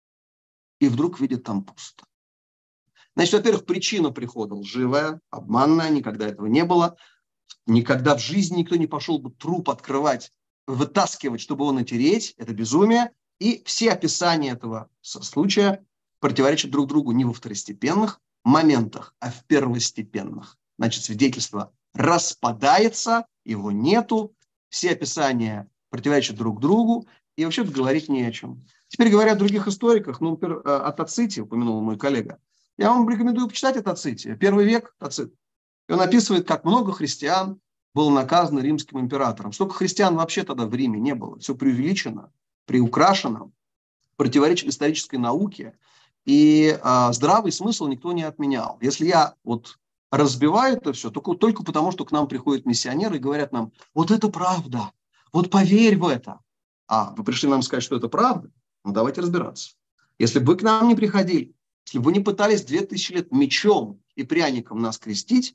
и вдруг видят там пусто. Значит, во-первых, причина прихода лживая, обманная, никогда этого не было. Никогда в жизни никто не пошел бы труп открывать, вытаскивать, чтобы его натереть. Это безумие. И все описания этого случая противоречат друг другу не во второстепенных моментах, а в первостепенных. Значит, свидетельство распадается, его нету, все описания противоречат друг другу, и вообще говорить не о чем. Теперь говоря о других историках, ну, например, о Таците, упомянул мой коллега, я вам рекомендую почитать о Таците. Первый век Тацит. И он описывает, как много христиан было наказано римским императором. Столько христиан вообще тогда в Риме не было. Все преувеличено, приукрашено, противоречит исторической науке. И а, здравый смысл никто не отменял. Если я вот разбиваю это все, только, только потому, что к нам приходят миссионеры и говорят нам, вот это правда, вот поверь в это. А, вы пришли нам сказать, что это правда? Ну, давайте разбираться. Если бы вы к нам не приходили, если бы вы не пытались две тысячи лет мечом и пряником нас крестить,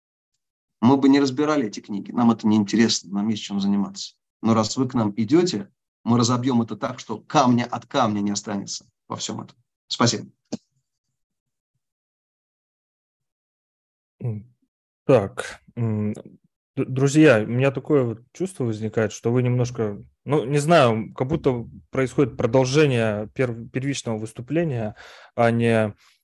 мы бы не разбирали эти книги. Нам это не интересно, нам есть чем заниматься. Но раз вы к нам идете, мы разобьем это так, что камня от камня не останется во всем этом. Спасибо. Так, друзья, у меня такое вот чувство возникает, что вы немножко, ну, не знаю, как будто происходит продолжение пер, первичного выступления, а не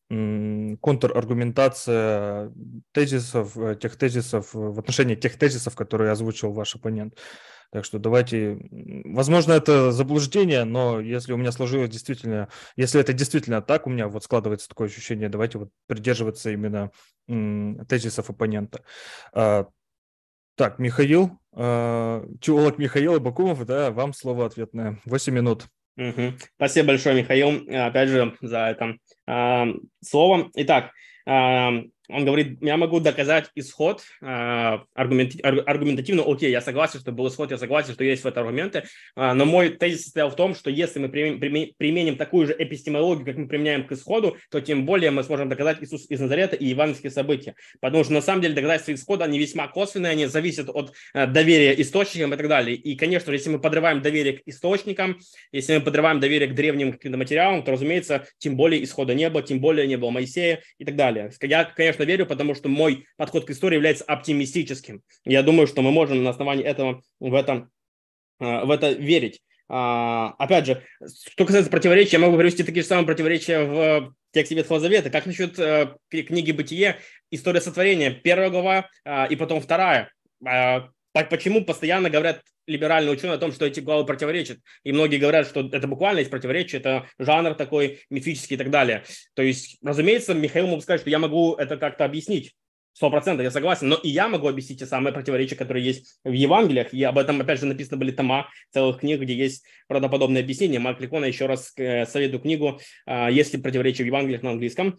контраргументация тезисов, тех тезисов, в отношении тех тезисов, которые озвучил ваш оппонент. Так что давайте, возможно, это заблуждение, но если у меня сложилось действительно, если это действительно так, у меня вот складывается такое ощущение, давайте вот придерживаться именно м, тезисов оппонента. А, так, Михаил, а, теолог Михаил Абакумов, да, вам слово ответное. восемь минут. Угу. Спасибо большое, Михаил, опять же, за это э, слово. Итак, э, он говорит, я могу доказать исход э, аргументи- аргументативно. Окей, я согласен, что был исход, я согласен, что есть в этом аргументы. Э, но мой тезис состоял в том, что если мы применим, применим, применим такую же эпистемологию, как мы применяем к исходу, то тем более мы сможем доказать Иисус из Назарета и евангельские события. Потому что на самом деле доказательства исхода, они весьма косвенные, они зависят от э, доверия источникам и так далее. И, конечно, если мы подрываем доверие к источникам, если мы подрываем доверие к древним каким-то материалам, то, разумеется, тем более исхода не было, тем более не было Моисея и так далее. Я, конечно, верю, потому что мой подход к истории является оптимистическим. Я думаю, что мы можем на основании этого в это, в это верить. Опять же, что касается противоречий, я могу привести такие же самые противоречия в тексте Ветхого Завета. Как насчет книги «Бытие», история сотворения, первая глава и потом вторая. Почему постоянно говорят либеральные ученые о том, что эти главы противоречат? И многие говорят, что это буквально есть противоречие, это жанр такой мифический и так далее. То есть, разумеется, Михаил мог сказать, что я могу это как-то объяснить. Сто процентов, я согласен. Но и я могу объяснить те самые противоречия, которые есть в Евангелиях. И об этом, опять же, написаны были тома целых книг, где есть правдоподобные объяснения. Марк Ликона, еще раз советую книгу «Есть ли противоречия в Евангелиях» на английском.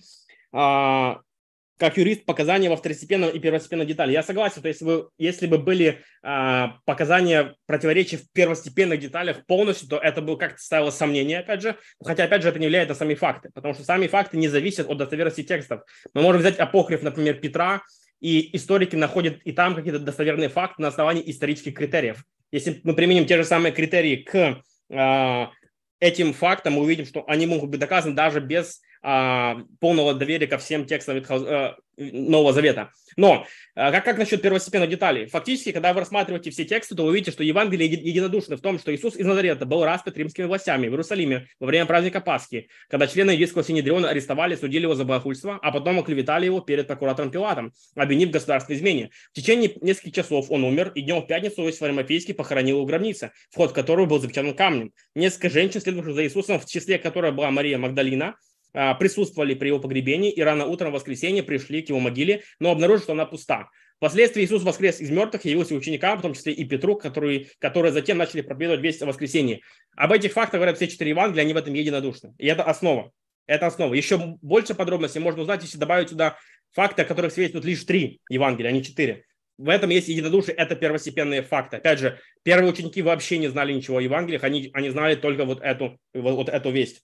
Как юрист, показания во второстепенном и первостепенном детали. Я согласен, что если бы, если бы были а, показания противоречий в первостепенных деталях полностью, то это бы как-то ставило сомнение, опять же. Хотя, опять же, это не влияет на сами факты, потому что сами факты не зависят от достоверности текстов. Мы можем взять апокриф, например, Петра, и историки находят и там какие-то достоверные факты на основании исторических критериев. Если мы применим те же самые критерии к а, этим фактам, мы увидим, что они могут быть доказаны даже без а, полного доверия ко всем текстам а, Нового Завета. Но а, как, как насчет первостепенных деталей? Фактически, когда вы рассматриваете все тексты, то вы увидите, что Евангелие единодушны в том, что Иисус из Назарета был распят римскими властями в Иерусалиме во время праздника Пасхи, когда члены еврейского синедриона арестовали, судили его за богохульство, а потом оклеветали его перед прокуратором Пилатом, обвинив в государственной измене. В течение нескольких часов он умер, и днем в пятницу Иосиф Аримафейский похоронил его в гробнице, вход в которую был запечатан камнем. Несколько женщин, следовавших за Иисусом, в числе которой была Мария Магдалина, присутствовали при его погребении и рано утром в воскресенье пришли к его могиле, но обнаружили, что она пуста. Впоследствии Иисус воскрес из мертвых, явился ученикам, в том числе и Петру, которые, которые затем начали проповедовать весть о воскресении. Об этих фактах говорят все четыре Евангелия, они в этом единодушны. И это основа. Это основа. Еще больше подробностей можно узнать, если добавить сюда факты, о которых свидетельствуют лишь три Евангелия, а не четыре. В этом есть единодушие, это первостепенные факты. Опять же, первые ученики вообще не знали ничего о Евангелиях, они, они знали только вот эту, вот, вот эту весть.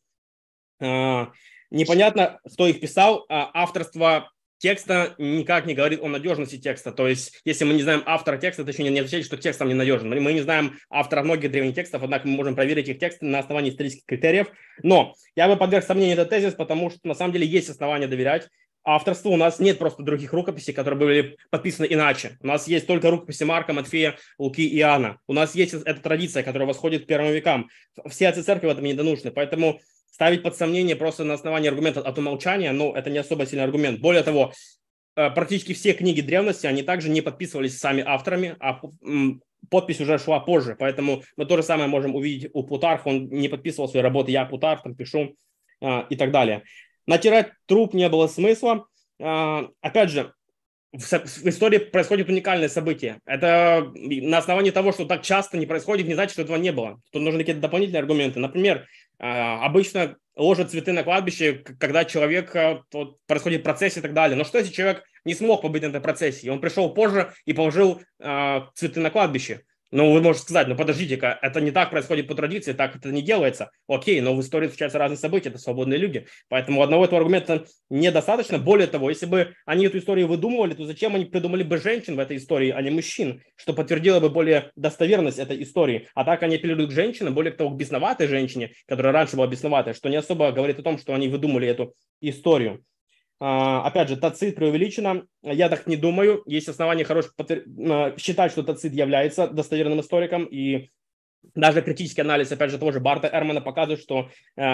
Непонятно, кто их писал, авторство текста никак не говорит о надежности текста. То есть, если мы не знаем автора текста, это еще не означает, что текст там ненадежен. Мы не знаем автора многих древних текстов, однако мы можем проверить их тексты на основании исторических критериев. Но я бы подверг сомнению этот тезис, потому что на самом деле есть основания доверять авторству. У нас нет просто других рукописей, которые были подписаны иначе. У нас есть только рукописи Марка, Матфея, Луки и Иоанна. У нас есть эта традиция, которая восходит к первым векам. Все отцы церкви в этом недоношены. Поэтому ставить под сомнение просто на основании аргумента от умолчания, ну, это не особо сильный аргумент. Более того, практически все книги древности, они также не подписывались сами авторами, а подпись уже шла позже. Поэтому мы то же самое можем увидеть у Плутарха. Он не подписывал свои работы, я Плутарх, там пишу и так далее. Натирать труп не было смысла. Опять же, в истории происходит уникальное событие. Это на основании того, что так часто не происходит, не значит, что этого не было. Тут нужны какие-то дополнительные аргументы. Например, обычно ложат цветы на кладбище, когда человек, вот, происходит процессия и так далее. Но что, если человек не смог побыть на этой процессии? Он пришел позже и положил э, цветы на кладбище. Ну, вы можете сказать, ну подождите-ка, это не так происходит по традиции, так это не делается. Окей, но в истории случаются разные события, это свободные люди. Поэтому одного этого аргумента недостаточно. Более того, если бы они эту историю выдумывали, то зачем они придумали бы женщин в этой истории, а не мужчин, что подтвердило бы более достоверность этой истории. А так они апеллируют к женщинам, более того, к бесноватой женщине, которая раньше была бесноватой, что не особо говорит о том, что они выдумали эту историю. Uh, опять же, Тацит преувеличено. Я так не думаю. Есть основания хороших потвер... uh, считать, что Тацит является достоверным историком. И даже критический анализ, опять же, того же Барта Эрмана показывает, что uh,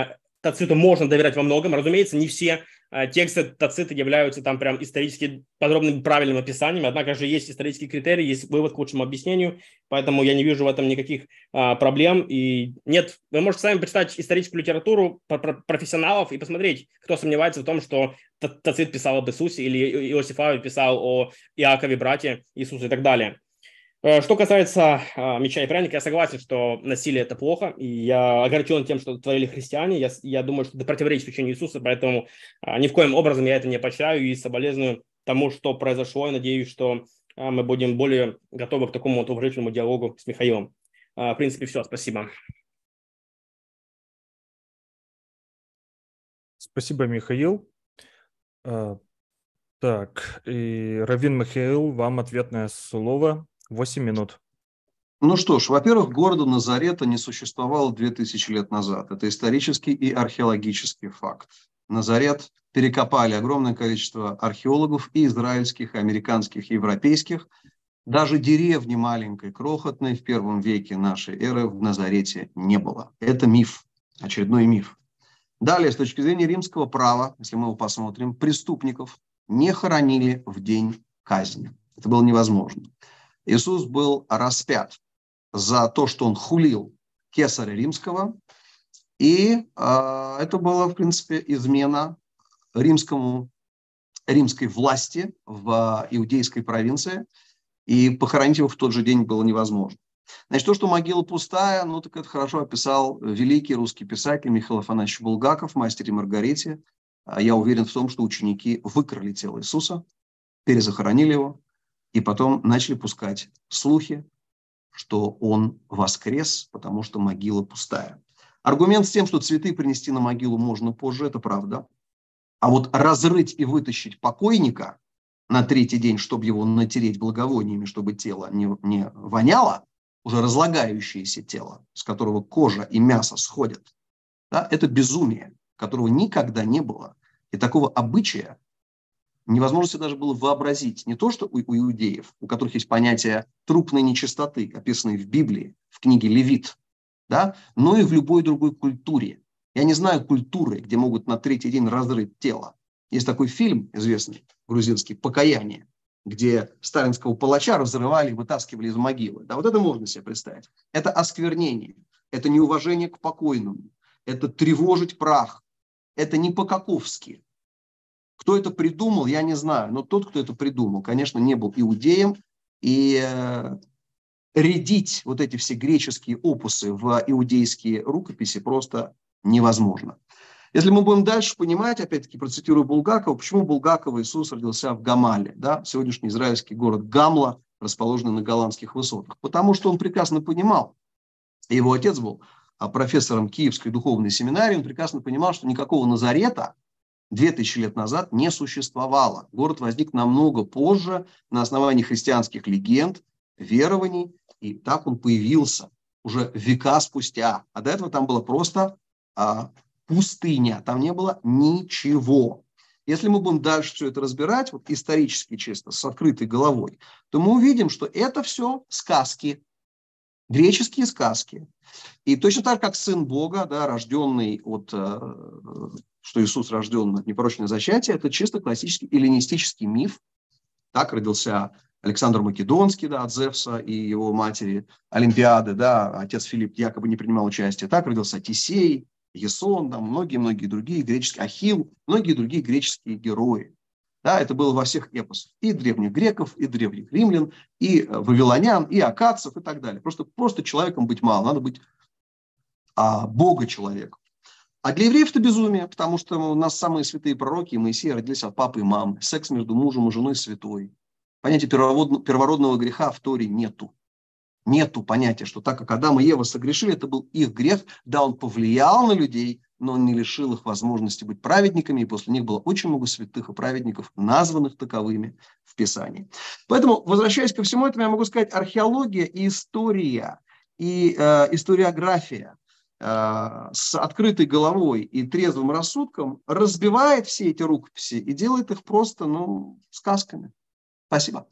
Тациту можно доверять во многом. Разумеется, не все э, тексты Тацита являются там прям исторически подробным правильным описанием, однако же есть исторические критерии, есть вывод к лучшему объяснению, поэтому я не вижу в этом никаких э, проблем. И нет, вы можете сами почитать историческую литературу профессионалов и посмотреть, кто сомневается в том, что Тацит писал об Иисусе или Иосиф Флавий писал о Иакове, брате Иисуса и так далее. Что касается а, меча и пряника, я согласен, что насилие – это плохо, и я огорчен тем, что творили христиане. Я, я думаю, что это противоречит учению Иисуса, поэтому а, ни в коем образом я это не поощряю и соболезную тому, что произошло, и надеюсь, что а, мы будем более готовы к такому вот уважительному диалогу с Михаилом. А, в принципе, все. Спасибо. Спасибо, Михаил. А, так, и Раввин Михаил, вам ответное слово. восемь минут. Ну что ж, во-первых, города Назарета не существовало две тысячи лет назад. Это исторический и археологический факт. Назарет перекопали огромное количество археологов, и израильских, и американских, и европейских. Даже деревни маленькой, крохотной в первом веке нашей эры в Назарете не было. Это миф, очередной миф. Далее, с точки зрения римского права, если мы его посмотрим, преступников не хоронили в день казни. Это было невозможно. Иисус был распят за то, что он хулил кесаря римского, и э, это была, в принципе, измена римскому, римской власти в иудейской провинции, и похоронить его в тот же день было невозможно. Значит, то, что могила пустая, ну, так это хорошо описал великий русский писатель Михаил Афанасьевич Булгаков в «Мастере и Маргарите». Я уверен в том, что ученики выкрали тело Иисуса, перезахоронили его, и потом начали пускать слухи, что он воскрес, потому что могила пустая. Аргумент с тем, что цветы принести на могилу можно позже, это правда. А вот разрыть и вытащить покойника на третий день, чтобы его натереть благовониями, чтобы тело не, не воняло, уже разлагающееся тело, с которого кожа и мясо сходят, да, это безумие, которого никогда не было. И такого обычая невозможно себе даже было вообразить. Не то, что у, у иудеев, у которых есть понятие трупной нечистоты, описанное в Библии, в книге Левит, да, но и в любой другой культуре. Я не знаю культуры, где могут на третий день разрыть тело. Есть такой фильм известный, грузинский, «Покаяние», где сталинского палача разрывали и вытаскивали из могилы. Да, вот это можно себе представить. Это осквернение, это неуважение к покойному, это тревожить прах, это не по-каковски. Кто это придумал, я не знаю, но тот, кто это придумал, конечно, не был иудеем, и э, рядить вот эти все греческие опусы в иудейские рукописи просто невозможно. Если мы будем дальше понимать, опять-таки процитирую Булгакова, почему Булгакова Иисус родился в Гамале, да, сегодняшний израильский город Гамла, расположенный на голландских высотах. Потому что он прекрасно понимал, его отец был профессором Киевской духовной семинарии, он прекрасно понимал, что никакого Назарета две тысячи лет назад не существовало. Город возник намного позже на основании христианских легенд, верований, и так он появился уже века спустя. А до этого там было просто а, пустыня, там не было ничего. Если мы будем дальше все это разбирать, вот исторически чисто, с открытой головой, то мы увидим, что это все сказки, греческие сказки. И точно так, как сын Бога, да, рожденный от, что Иисус рожден от непорочного зачатия, это чисто классический эллинистический миф. Так родился Александр Македонский, да, от Зевса и его матери Олимпиады, да, отец Филипп якобы не принимал участия. Так родился Тесей, Ясон, да, многие-многие другие греческие, Ахилл, многие другие греческие герои. Да, это было во всех эпосах. И древних греков, и древних римлян, и вавилонян, и аккадцев, и так далее. Просто, просто человеком быть мало, надо быть а, бога-человеком. А для евреев это безумие, потому что у нас самые святые пророки, Моисей, родились от папы и мамы. Секс между мужем и женой святой. Понятия первородного греха в Торе нету. Нету понятия, что так как Адам и Ева согрешили, это был их грех. Да, он повлиял на людей, но он не лишил их возможности быть праведниками. И после них было очень много святых и праведников, названных таковыми в Писании. Поэтому, возвращаясь ко всему этому, я могу сказать, археология и история, и э, историография э, с открытой головой и трезвым рассудком разбивает все эти рукописи и делает их просто, ну, сказками. Спасибо.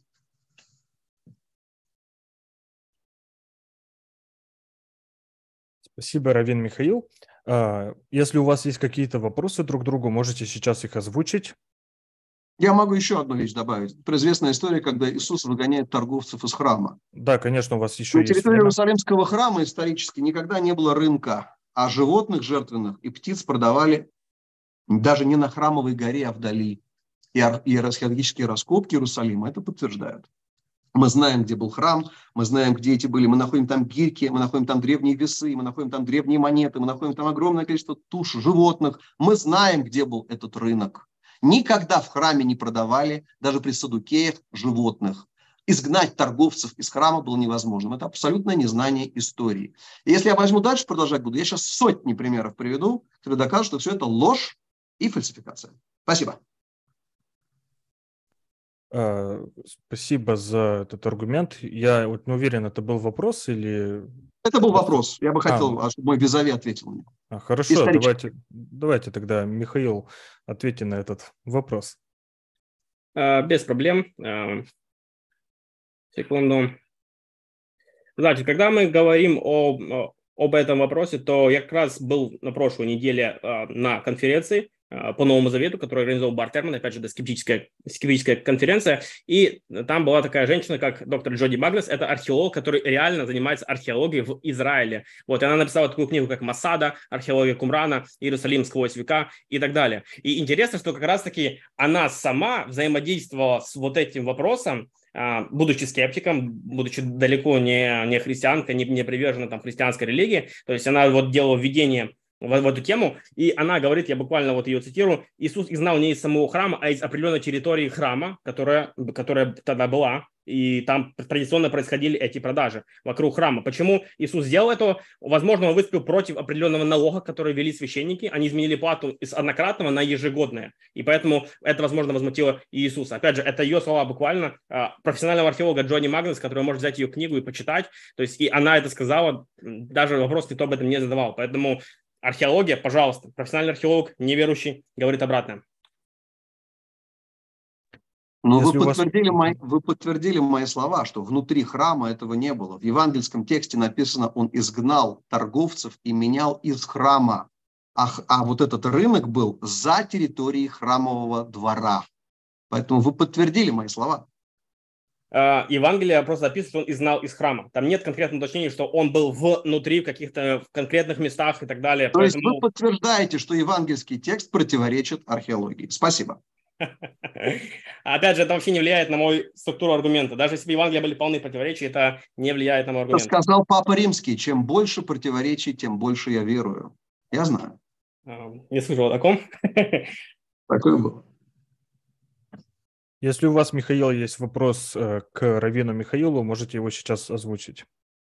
Спасибо, Раввин Михаил. Если у вас есть какие-то вопросы друг к другу, можете сейчас их озвучить. Я могу еще одну вещь добавить. Это известная история, когда Иисус выгоняет торговцев из храма. Да, конечно, у вас еще На есть территории время. Иерусалимского храма исторически никогда не было рынка, а животных жертвенных и птиц продавали даже не на Храмовой горе, а вдали. И археологические раскопки Иерусалима это подтверждают. Мы знаем, где был храм, мы знаем, где эти были. Мы находим там гирьки, мы находим там древние весы, мы находим там древние монеты, мы находим там огромное количество туш животных. Мы знаем, где был этот рынок. Никогда в храме не продавали, даже при саддукеях, животных. Изгнать торговцев из храма было невозможным. Это абсолютное незнание истории. И если я возьму дальше, продолжать буду, я сейчас сотни примеров приведу, которые докажут, что все это ложь и фальсификация. Спасибо. Спасибо за этот аргумент. Я вот не уверен, это был вопрос или... Это был вопрос. Я бы хотел, а, чтобы мой визави ответил мне. А, хорошо, давайте, давайте тогда, Михаил, ответьте на этот вопрос. А, без проблем. А, секунду. Значит, когда мы говорим о, об этом вопросе, то я как раз был на прошлой неделе а, на конференции по Новому Завету, которую организовал Бар Терман, опять же, это скептическая, скептическая конференция, и там была такая женщина, как доктор Джоди Магнес, это археолог, который реально занимается археологией в Израиле. Вот, и она написала такую книгу, как «Масада. Археология Кумрана. Иерусалим сквозь века» и так далее. И интересно, что как раз-таки она сама взаимодействовала с вот этим вопросом, будучи скептиком, будучи далеко не, не христианкой, не, не привержена там христианской религии, то есть она вот делала введение в, в эту тему, и она говорит, я буквально вот ее цитирую: Иисус изгнал не из самого храма, а из определенной территории храма, которая, которая тогда была, и там традиционно происходили эти продажи вокруг храма. Почему Иисус сделал это? Возможно, он выступил против определенного налога, который ввели священники, они изменили плату из однократного на ежегодное, и поэтому это, возможно, возмутило Иисуса. Опять же, это ее слова буквально профессионального археолога Джоди Магнес, который может взять ее книгу и почитать, то есть и она это сказала, даже вопрос никто об этом не задавал, поэтому археология, пожалуйста, профессиональный археолог, неверующий, говорит обратное. Но вы подтвердили, вас... мои, вы подтвердили мои слова, что внутри храма этого не было. В евангельском тексте написано, он изгнал торговцев и менял из храма. А, а вот этот рынок был за территорией храмового двора. Поэтому вы подтвердили мои слова. Евангелие просто описывает, что он изгнал из храма. Там нет конкретного уточнения, что он был внутри в каких-то конкретных местах и так далее. То Поэтому... есть вы подтверждаете, что евангельский текст противоречит археологии. Спасибо. Опять же, это вообще не влияет на мою структуру аргумента. Даже если бы Евангелия были полны противоречий, это не влияет на мой аргумент. Это сказал Папа Римский: чем больше противоречий, тем больше я верую. Я знаю. Не слышал о таком. Такое было. Если у вас, Михаил, есть вопрос к раввину Михаилу, можете его сейчас озвучить.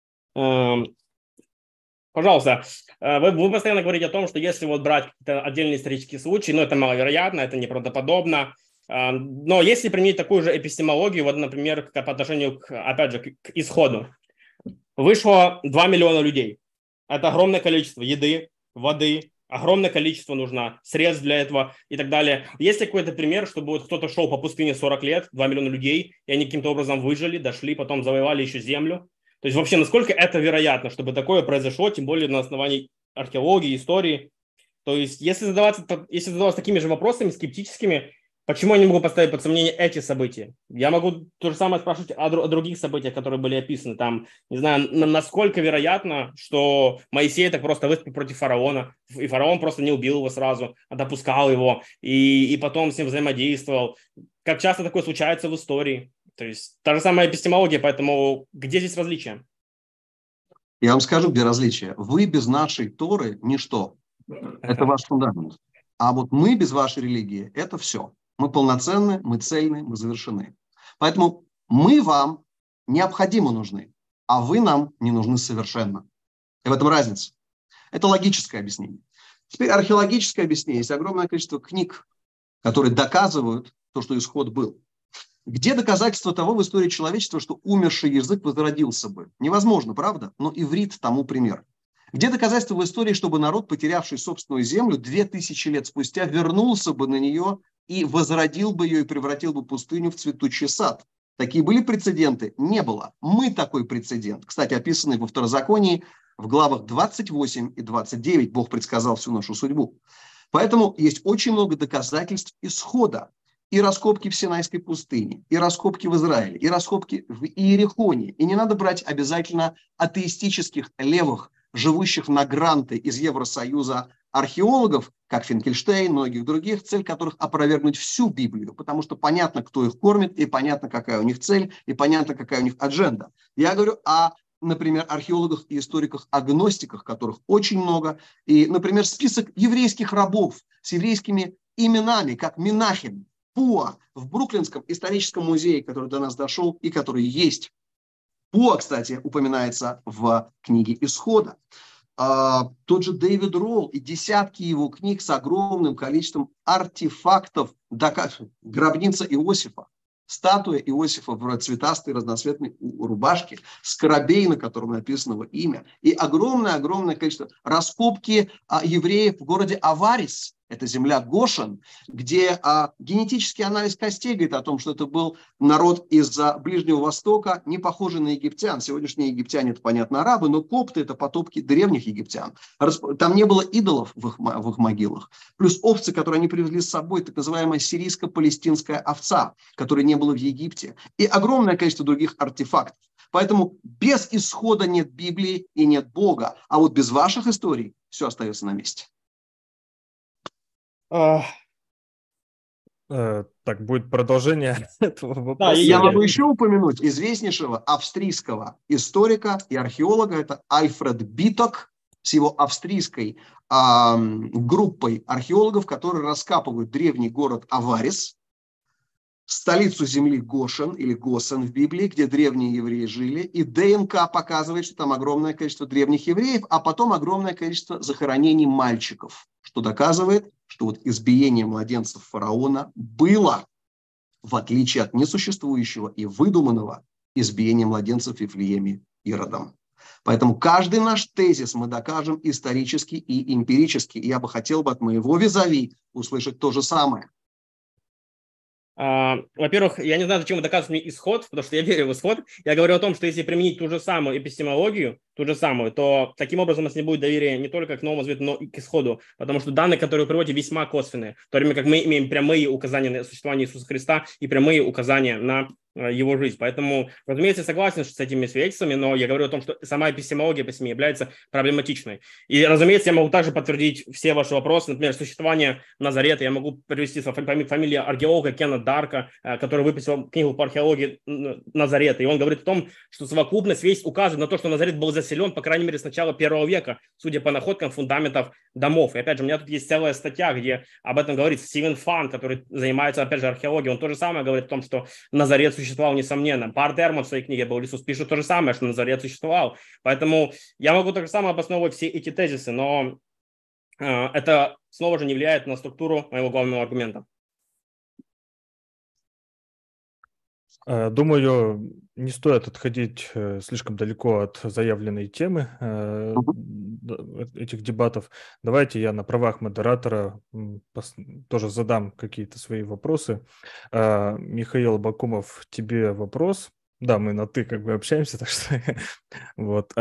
Пожалуйста, вы, вы постоянно говорите о том, что если вот брать отдельные исторические случаи, ну, это маловероятно, это неправдоподобно, но если применить такую же эпистемологию, вот, например, по отношению, к, опять же, к исходу, вышло два миллиона людей, это огромное количество еды, воды, огромное количество нужно средств для этого и так далее. Есть ли какой-то пример, чтобы вот кто-то шел по пустыне сорок лет, два миллиона людей, и они каким-то образом выжили, дошли, потом завоевали еще землю? То есть вообще, насколько это вероятно, чтобы такое произошло, тем более на основании археологии, истории? То есть если задаваться, если задаваться такими же вопросами, скептическими, почему я не могу поставить под сомнение эти события? Я могу то же самое спрашивать о, о других событиях, которые были описаны. Там, не знаю, на, насколько вероятно, что Моисей так просто выступил против фараона, и фараон просто не убил его сразу, а допускал его, и, и потом с ним взаимодействовал. Как часто такое случается в истории? То есть та же самая эпистемология, поэтому где здесь различие? Я вам скажу, где различие. Вы без нашей Торы – ничто. Это ваш фундамент. А вот мы без вашей религии – это все. Мы полноценны, мы цельны, мы завершены. Поэтому мы вам необходимо нужны, а вы нам не нужны совершенно. И в этом разница. Это логическое объяснение. Теперь археологическое объяснение. Есть огромное количество книг, которые доказывают то, что исход был. Где доказательства того в истории человечества, что умерший язык возродился бы? Невозможно, правда? Но иврит тому пример. Где доказательства в истории, чтобы народ, потерявший собственную землю, две тысячи лет спустя вернулся бы на нее и возродил бы ее и превратил бы пустыню в цветущий сад? Такие были прецеденты? Не было. Мы такой прецедент. Кстати, описанный во Второзаконии, В главах двадцать восемь и двадцать девять Бог предсказал всю нашу судьбу. Поэтому есть очень много доказательств исхода. И раскопки в Синайской пустыне, и раскопки в Израиле, и раскопки в Иерихоне. И не надо брать обязательно атеистических левых, живущих на гранты из Евросоюза археологов, как Финкельштейн и многих других, цель которых опровергнуть всю Библию, потому что понятно, кто их кормит, и понятно, какая у них цель, и понятно, какая у них адженда. Я говорю о, например, археологах и историках-агностиках, которых очень много, и, например, список еврейских рабов с еврейскими именами, как Менахем, Пуа в Бруклинском историческом музее, который до нас дошел и который есть. Пуа, кстати, упоминается в книге «Исхода». А, тот же Дэвид Ролл и десятки его книг с огромным количеством артефактов, доказ... гробница Иосифа, статуя Иосифа в цветастой разноцветной рубашке, скоробей, на котором написано его имя, и огромное-огромное количество раскопки а, евреев в городе Аварис. Это земля Гошен, где а, генетический анализ костей говорит о том, что это был народ из-за Ближнего Востока, не похожий на египтян. Сегодняшние египтяне, это, понятно, арабы, но копты – это потомки древних египтян. Там не было идолов в их, в их могилах. Плюс овцы, которые они привезли с собой, так называемая сирийско-палестинская овца, которой не было в Египте. И огромное количество других артефактов. Поэтому без исхода нет Библии и нет Бога. А вот без ваших историй все остается на месте. Uh, uh, так, будет продолжение этого вопроса. Да, я могу еще упомянуть известнейшего австрийского историка и археолога, это Альфред Биток, с его австрийской э, группой археологов, которые раскапывают древний город Аварис, столицу земли Гошен или Госен в Библии, где древние евреи жили, и ДНК показывает, что там огромное количество древних евреев, а потом огромное количество захоронений мальчиков, что доказывает, что вот избиение младенцев фараона было, в отличие от несуществующего и выдуманного избиения младенцев в Вифлееме Иродом. Поэтому каждый наш тезис мы докажем исторически и эмпирически. И я бы хотел бы от моего визави услышать то же самое. Uh, во-первых, я не знаю, зачем вы доказываете мне исход, потому что я верю в исход. Я говорю о том, что если применить ту же самую эпистемологию, ту же самую, то таким образом у нас не будет доверия не только к Новому Завету, но и к исходу, потому что данные, которые вы приводите, весьма косвенные, в то время как мы имеем прямые указания на существование Иисуса Христа и прямые указания на его жизнь. Поэтому, разумеется, я согласен с этими свидетельствами, но я говорю о том, что сама эпистемология по себе является проблематичной. И, разумеется, я могу также подтвердить все ваши вопросы. Например, существование Назарета. Я могу привести фамилию археолога Кена Дарка, который выписал книгу по археологии Назарета. И он говорит о том, что совокупность весь указывает на то, что Назарет был заселен, по крайней мере, с начала первого века, судя по находкам фундаментов домов. И, опять же, у меня тут есть целая статья, где об этом говорит Стивен Фан, который занимается, опять же, археологией. Он то же самое говорит о том, что Назарет существовал, несомненно. Барт Эрман в своей книге «Был Иисус» пишет то же самое, что Назарет существовал. Поэтому я могу так же самое обосновывать все эти тезисы, но э, это снова же не влияет на структуру моего главного аргумента. Думаю, не стоит отходить слишком далеко от заявленной темы этих дебатов. Давайте я на правах модератора тоже задам какие-то свои вопросы. Михаил Бакумов, тебе вопрос. Да, мы на «ты» как бы общаемся, так что вот.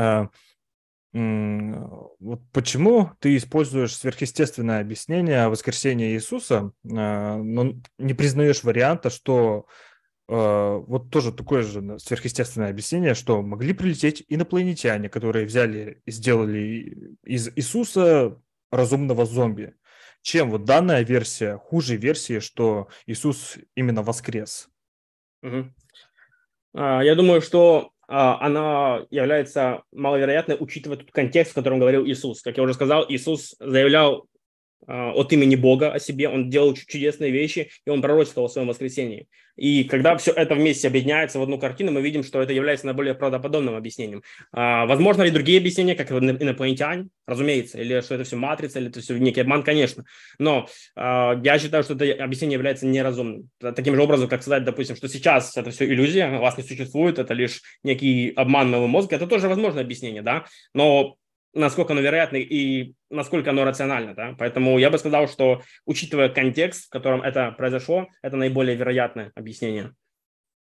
Вот почему ты используешь сверхъестественное объяснение о воскресении Иисуса, но не признаешь варианта, что вот тоже такое же сверхъестественное объяснение, что могли прилететь инопланетяне, которые взяли и сделали из Иисуса разумного зомби. Чем вот данная версия хуже версии, что Иисус именно воскрес? Угу. Я думаю, что она является маловероятной, учитывая тот контекст, в котором говорил Иисус. Как я уже сказал, Иисус заявлял от имени Бога о себе, он делал чудесные вещи, и он пророчествовал о своем воскресении. И когда все это вместе объединяется в одну картину, мы видим, что это является наиболее правдоподобным объяснением. А, возможно ли другие объяснения, как инопланетяне? Разумеется. Или что это все матрица, или это все некий обман? Конечно. Но а, я считаю, что это объяснение является неразумным. Таким же образом, как сказать, допустим, что сейчас это все иллюзия, вас не существует, это лишь некий обман моего мозга. Это тоже возможное объяснение, да? Но насколько оно вероятно и насколько оно рационально. Да? Поэтому я бы сказал, что, учитывая контекст, в котором это произошло, это наиболее вероятное объяснение.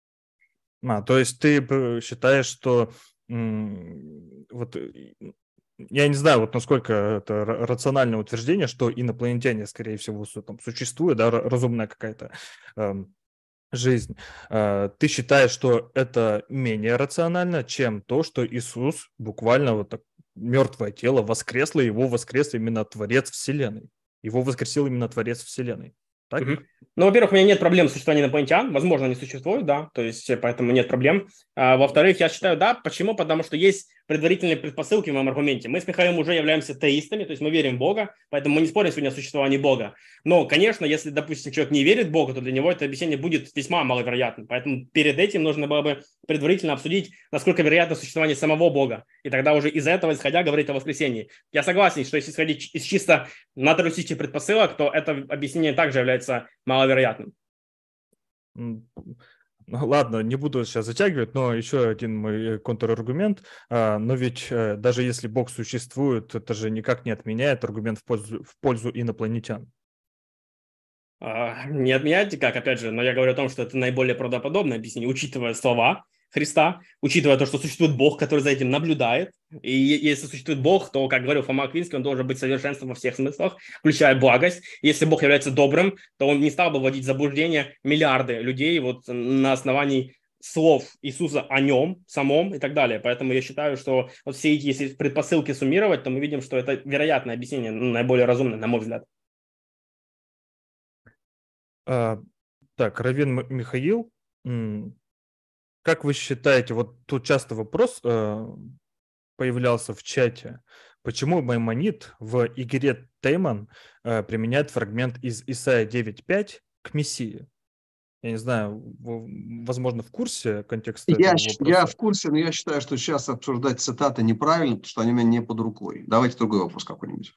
А, то есть ты считаешь, что м- вот я не знаю, вот насколько это ра- рациональное утверждение, что инопланетяне, скорее всего, су- там существует, да, ра- разумная какая-то эм, жизнь. Э, Ты считаешь, что это менее рационально, чем то, что Иисус буквально вот так мертвое тело воскресло, его воскрес именно Творец Вселенной. Его воскресил именно Творец Вселенной. Так? Мгм. Ну, во-первых, у меня нет проблем с существованием инопланетян. Возможно, они существуют, да, то есть э, поэтому нет проблем. А, во-вторых, я считаю, да. Почему? Потому что есть предварительные предпосылки в моем аргументе. Мы с Михаилом уже являемся теистами, то есть мы верим в Бога, поэтому мы не спорим сегодня о существовании Бога. Но, конечно, если, допустим, человек не верит в Бога, то для него это объяснение будет весьма маловероятным. Поэтому перед этим нужно было бы предварительно обсудить, насколько вероятно существование самого Бога. И тогда уже из этого, исходя, говорить о воскресении. Я согласен, что если исходить из чисто натуристических предпосылок, то это объяснение также является маловероятным. М, ну, ладно, не буду сейчас затягивать, но еще один мой контраргумент. А, Но ведь э, даже если Бог существует, это же никак не отменяет аргумент в пользу, в пользу инопланетян. А, Не отменяйте как, опять же, но я говорю о том, что это наиболее правдоподобное объяснение, учитывая слова Христа, учитывая то, что существует Бог, который за этим наблюдает. И е- если существует Бог, то, как говорил Фома Аквинский, он должен быть совершенством во всех смыслах, включая благость. Если Бог является добрым, то он не стал бы вводить в заблуждение миллиарды людей вот на основании слов Иисуса о нем самом и так далее. Поэтому я считаю, что вот все эти, если предпосылки суммировать, то мы видим, что это вероятное объяснение, ну, наиболее разумное, на мой взгляд. А, Так, Равин М- Михаил, м, как вы считаете, вот тут часто вопрос э, появлялся в чате, почему Маймонид в Игоре Тейман э, применяет фрагмент из Исайя девять пять к Мессии? Я не знаю, вы, возможно, в курсе контекста Я, этого щ- я в вопроса. курсе, но я считаю, что сейчас обсуждать цитаты неправильно, потому что они у меня не под рукой. Давайте другой вопрос какой-нибудь.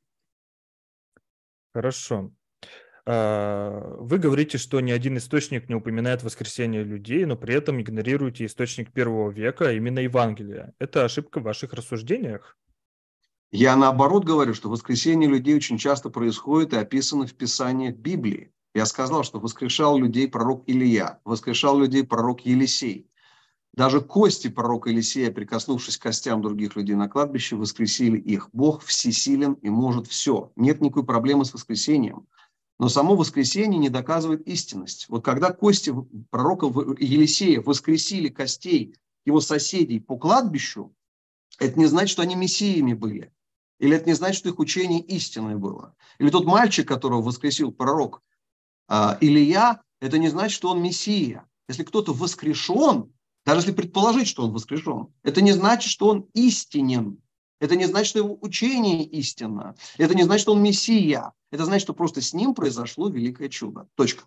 Хорошо. А, Вы говорите, что ни один источник не упоминает воскресение людей, но при этом игнорируете источник первого века, а именно Евангелие. Это ошибка в ваших рассуждениях? Я наоборот говорю, что воскресение людей очень часто происходит и описано в Писаниях Библии. Я сказал, что воскрешал людей пророк Илия, воскрешал людей пророк Елисей. Даже кости пророка Елисея, прикоснувшись к костям других людей на кладбище, воскресили их. Бог всесилен и может все. Нет никакой проблемы с воскресением. Но само воскресение не доказывает истинность. Вот когда кости пророка Елисея воскресили костей его соседей по кладбищу, это не значит, что они мессиями были. Или это не значит, что их учение истинное было. Или тот мальчик, которого воскресил пророк а, Илия, это не значит, что он мессия. Если кто-то воскрешен, даже если предположить, что он воскрешен, это не значит, что он истинен. Это не значит, что его учение истинно. Это не значит, что он мессия. Это значит, что просто с ним произошло великое чудо. Точка.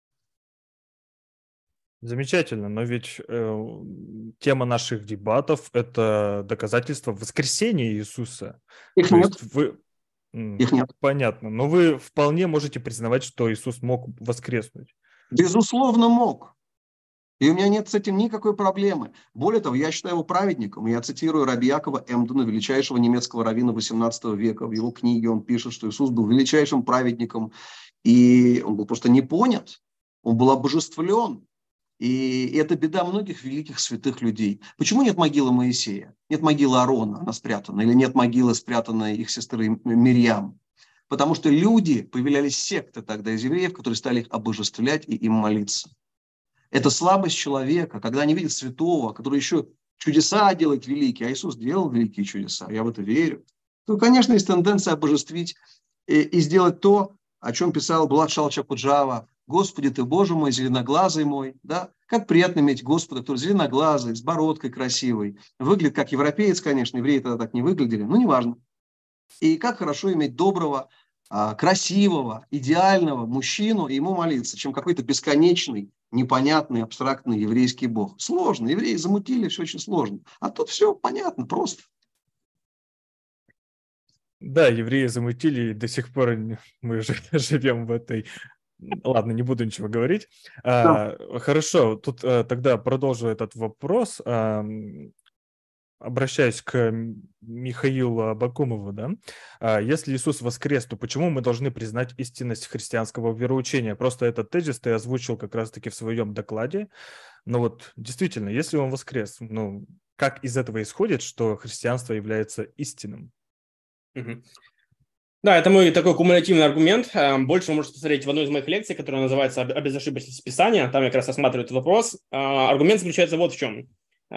Замечательно, но ведь э, тема наших дебатов – это доказательство воскресения Иисуса. Их То нет. есть вы… м, Их нет. Понятно, но вы вполне можете признавать, что Иисус мог воскреснуть. Безусловно, мог. И у меня нет с этим никакой проблемы. Более того, я считаю его праведником. Я цитирую раби Якова Эмдена, величайшего немецкого раввина восемнадцатого века. В его книге он пишет, что Иисус был величайшим праведником. И он был просто не понят. Он был обожествлен. И это беда многих великих святых людей. Почему нет могилы Моисея? Нет могилы Аарона, она спрятана. Или нет могилы, спрятанной их сестры Мирьям? Потому что люди, появлялись секты тогда из евреев, которые стали их обожествлять и им молиться. Это слабость человека, когда они видят святого, который еще чудеса делает великие, а Иисус делал великие чудеса, я в это верю. То, конечно, есть тенденция обожествить и, и сделать то, о чем писал Булат Шалча Пуджава. «Господи ты, Боже мой, зеленоглазый мой». Да? Как приятно иметь Господа, который зеленоглазый, с бородкой красивой. Выглядит как европеец, конечно, евреи тогда так не выглядели, но неважно. И как хорошо иметь доброго, красивого, идеального мужчину и ему молиться, чем какой-то бесконечный, непонятный, абстрактный еврейский бог. Сложно. Евреи замутили, все очень сложно. А тут все понятно, просто. Да, евреи замутили, и до сих пор мы же живем в этой… Ладно, не буду ничего говорить. Да. А, хорошо, тут а, тогда продолжу этот вопрос. А, обращаюсь к Михаилу Абакумову, да? А, если Иисус воскрес, то почему мы должны признать истинность христианского вероучения? Просто этот тезис ты озвучил как раз-таки в своем докладе. Но вот действительно, если он воскрес, ну, как из этого исходит, что христианство является истинным? Угу. Да, это мой такой кумулятивный аргумент. Больше вы можете посмотреть в одной из моих лекций, которая называется «О безошибочности Писания». Там я как раз рассматриваю этот вопрос. Аргумент заключается вот в чем.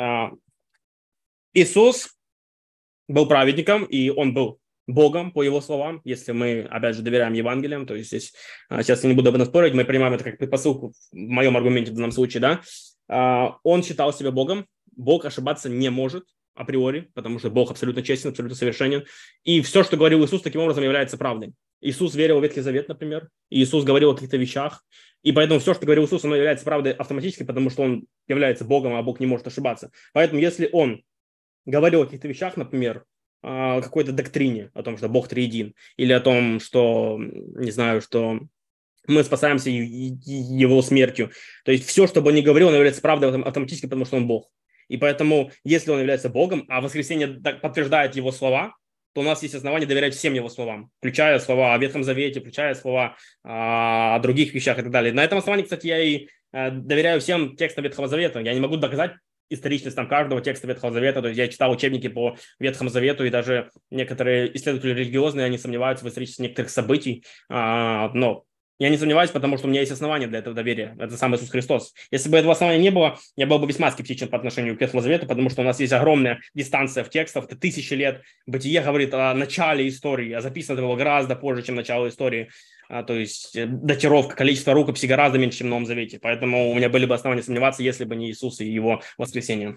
Иисус был праведником, и он был Богом, по его словам, если мы, опять же, доверяем Евангелиям. То есть здесь, сейчас я не буду об этом спорить, мы принимаем это как предпосылку в моем аргументе в данном случае, да. Он считал себя Богом. Бог ошибаться не может априори, потому что Бог абсолютно честен, абсолютно совершенен. И все, что говорил Иисус, таким образом является правдой. Иисус верил в Ветхий Завет, например, и Иисус говорил о каких-то вещах, и поэтому все, что говорил Иисус, оно является правдой автоматически, потому что он является Богом, а Бог не может ошибаться. Поэтому если он говорил о каких-то вещах, например, о какой-то доктрине, о том, что Бог триедин, или о том, что, не знаю, что мы спасаемся его смертью, то есть все, что бы он ни говорил, оно является правдой автоматически, потому что он Бог. И поэтому, если он является Богом, а воскресение подтверждает его слова, то у нас есть основания доверять всем его словам, включая слова о Ветхом Завете, включая слова о других вещах и так далее. На этом основании, кстати, я и доверяю всем текстам Ветхого Завета. Я не могу доказать историчность там каждого текста Ветхого Завета. То есть я читал учебники по Ветхому Завету, и даже некоторые исследователи религиозные, они сомневаются в историчности некоторых событий. Но я не сомневаюсь, потому что у меня есть основания для этого доверия. Это сам Иисус Христос. Если бы этого основания не было, я был бы весьма скептичен по отношению к Ветхому Завету, потому что у нас есть огромная дистанция в текстах, это тысячи лет. Бытие говорит о начале истории, а записано это было гораздо позже, чем начало истории. А, то есть датировка, количество рукописей гораздо меньше, чем в Новом Завете. Поэтому у меня были бы основания сомневаться, если бы не Иисус и его воскресение.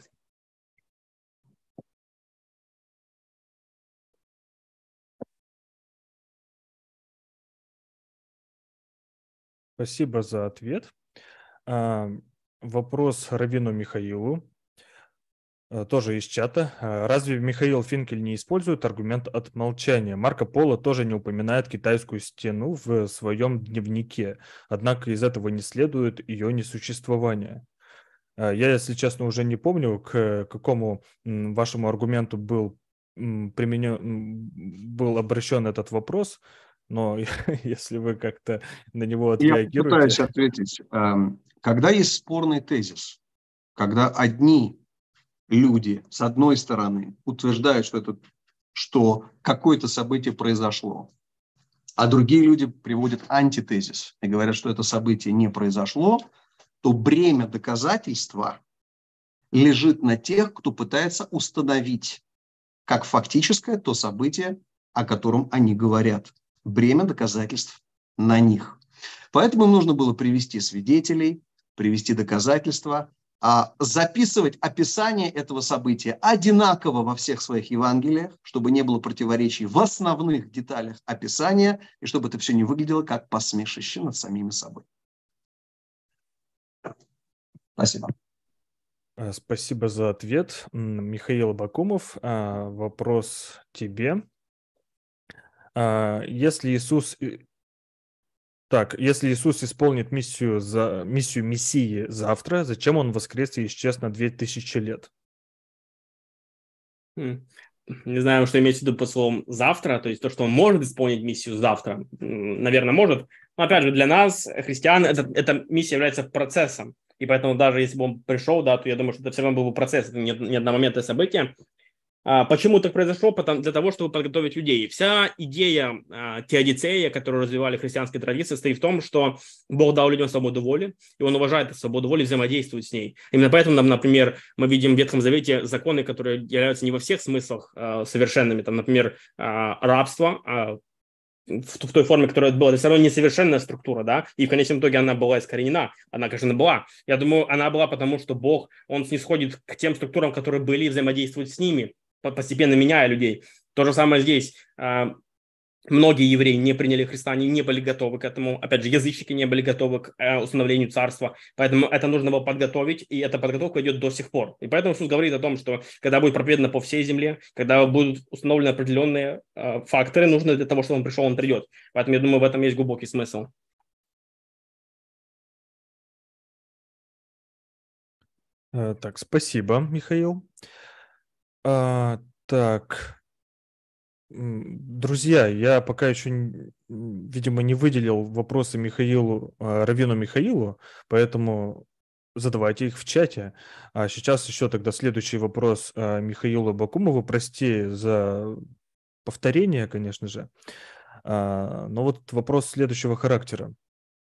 Спасибо за ответ. Вопрос раввину Михаилу, тоже из чата. Разве Михаил Финкель не использует аргумент от молчания? Марко Поло тоже не упоминает китайскую стену в своем дневнике, однако из этого не следует ее несуществование. Я, если честно, уже не помню, к какому вашему аргументу был применен, был обращен этот вопрос, но если вы как-то на него отреагируете... Я попытаюсь ответить. Когда есть спорный тезис, когда одни люди, с одной стороны, утверждают, что, это, что какое-то событие произошло, а другие люди приводят антитезис и говорят, что это событие не произошло, то бремя доказательства лежит на тех, кто пытается установить как фактическое то событие, о котором они говорят. Бремя доказательств на них. Поэтому им нужно было привести свидетелей, привести доказательства, а записывать описание этого события одинаково во всех своих Евангелиях, чтобы не было противоречий в основных деталях описания, и чтобы это все не выглядело как посмешище над самими собой. Спасибо. Спасибо за ответ. Михаил Абакумов, вопрос тебе. Если Иисус... Так, если Иисус исполнит миссию, за, миссию Мессии завтра, зачем он воскрес и исчез на две тысячи лет? Не знаю, что имеется в виду по словам «завтра», то есть то, что он может исполнить миссию завтра, наверное, может. Но опять же, для нас, христиан, это, эта миссия является процессом. И поэтому даже если бы он пришел, да, то я думаю, что это все равно был бы процесс, это не, не одномоментное событие. А почему так произошло? Потому, для того, чтобы подготовить людей. Вся идея а, теодицея, которую развивали христианские традиции, стоит в том, что Бог дал людям свободу воли, и Он уважает эту свободу воли, взаимодействует с ней. Именно поэтому, нам, например, мы видим в Ветхом Завете законы, которые являются не во всех смыслах а, совершенными. Там, например, а, рабство, а, в, в той форме, которая была, это все равно несовершенная структура, да, и в конечном итоге она была искоренена, она, конечно, была. Я думаю, она была потому, что Бог, Он снисходит к тем структурам, которые были, и взаимодействует с ними, постепенно меняя людей. То же самое здесь. Многие евреи не приняли Христа, они не были готовы к этому. Опять же, язычники не были готовы к установлению царства. Поэтому это нужно было подготовить, и эта подготовка идет до сих пор. И поэтому Иисус говорит о том, что когда будет проповедано по всей земле, когда будут установлены определенные факторы, нужно для того, чтобы он пришел, он придет. Поэтому я думаю, в этом есть глубокий смысл. Так, спасибо, Михаил. А, так, друзья, я пока еще, видимо, не выделил вопросы Михаилу, раввину Михаилу, поэтому задавайте их в чате. А сейчас еще тогда следующий вопрос а, Михаилу Бакумову. Прости за повторение, конечно же. А, но вот вопрос следующего характера.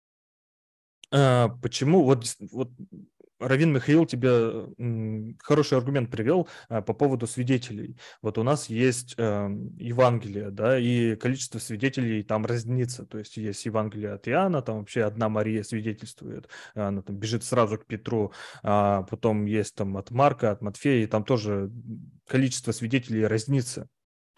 А, почему вот, вот Равин Михаил тебе м, хороший аргумент привел а, по поводу свидетелей. Вот у нас есть э, Евангелие, да, и количество свидетелей там разнится. То есть есть Евангелие от Иоанна, там вообще одна Мария свидетельствует, она там бежит сразу к Петру, а потом есть там от Марка, от Матфея, и там тоже количество свидетелей разнится.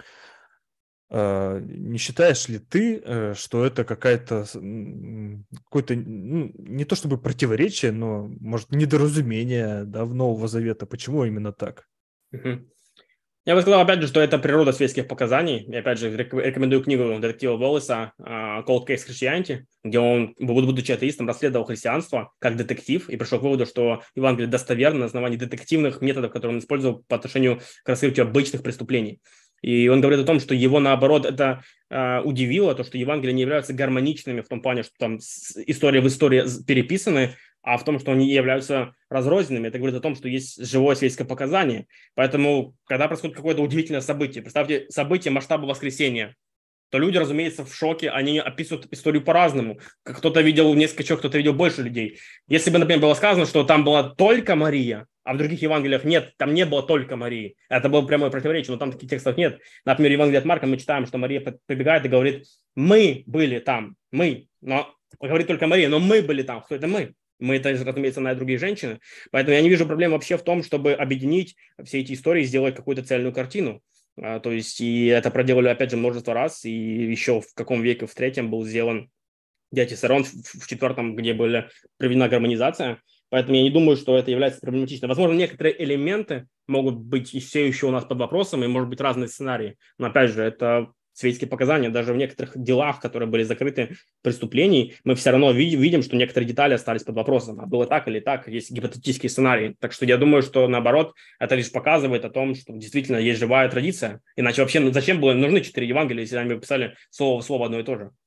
Не считаешь ли ты, что это какая-то какое-то, ну, не то чтобы противоречие, но, может, недоразумение, да, в Нового Завета? Почему именно так? Угу. Я бы сказал, опять же, что это природа светских показаний. Я, опять же, рекомендую книгу детектива Уоллеса «Cold Case Christianity», где он, будучи атеистом, расследовал христианство как детектив и пришел к выводу, что Евангелие достоверно на основании детективных методов, которые он использовал по отношению к раскрытию обычных преступлений. И он говорит о том, что его, наоборот, это э, удивило, то, что Евангелия не являются гармоничными в том плане, что там история в истории переписаны, а в том, что они являются разрозненными. Это говорит о том, что есть живое свидетельское показание. Поэтому, когда происходит какое-то удивительное событие, представьте событие масштаба воскресения, то люди, разумеется, в шоке, они описывают историю по-разному. Кто-то видел несколько человек, кто-то видел больше людей. Если бы, например, было сказано, что там была только Мария, а в других Евангелиях нет, там не было только Марии, это было прямое противоречие, но там таких текстов нет. Например, в Евангелии от Марка мы читаем, что Мария прибегает и говорит: мы были там, мы, но говорит только Мария, но мы были там. Кто это мы? Мы, это, разумеется, на другие женщины. Поэтому я не вижу проблем вообще в том, чтобы объединить все эти истории и сделать какую-то цельную картину. А, то есть, и это проделали, опять же, множество раз. И еще в каком веке, в третьем, был сделан Дядя Сарон, в четвертом, где была проведена гармонизация. Поэтому я не думаю, что это является проблематичным. Возможно, некоторые элементы могут быть все еще у нас под вопросом, и может быть разные сценарии. Но, опять же, это светские показания. Даже в некоторых делах, которые были закрыты, преступлений, мы все равно видим, что некоторые детали остались под вопросом. А было так или так, есть гипотетический сценарий. Так что я думаю, что наоборот, это лишь показывает о том, что действительно есть живая традиция. Иначе вообще, ну, зачем было нужны четыре Евангелия, если они писали слово в слово одно и то же?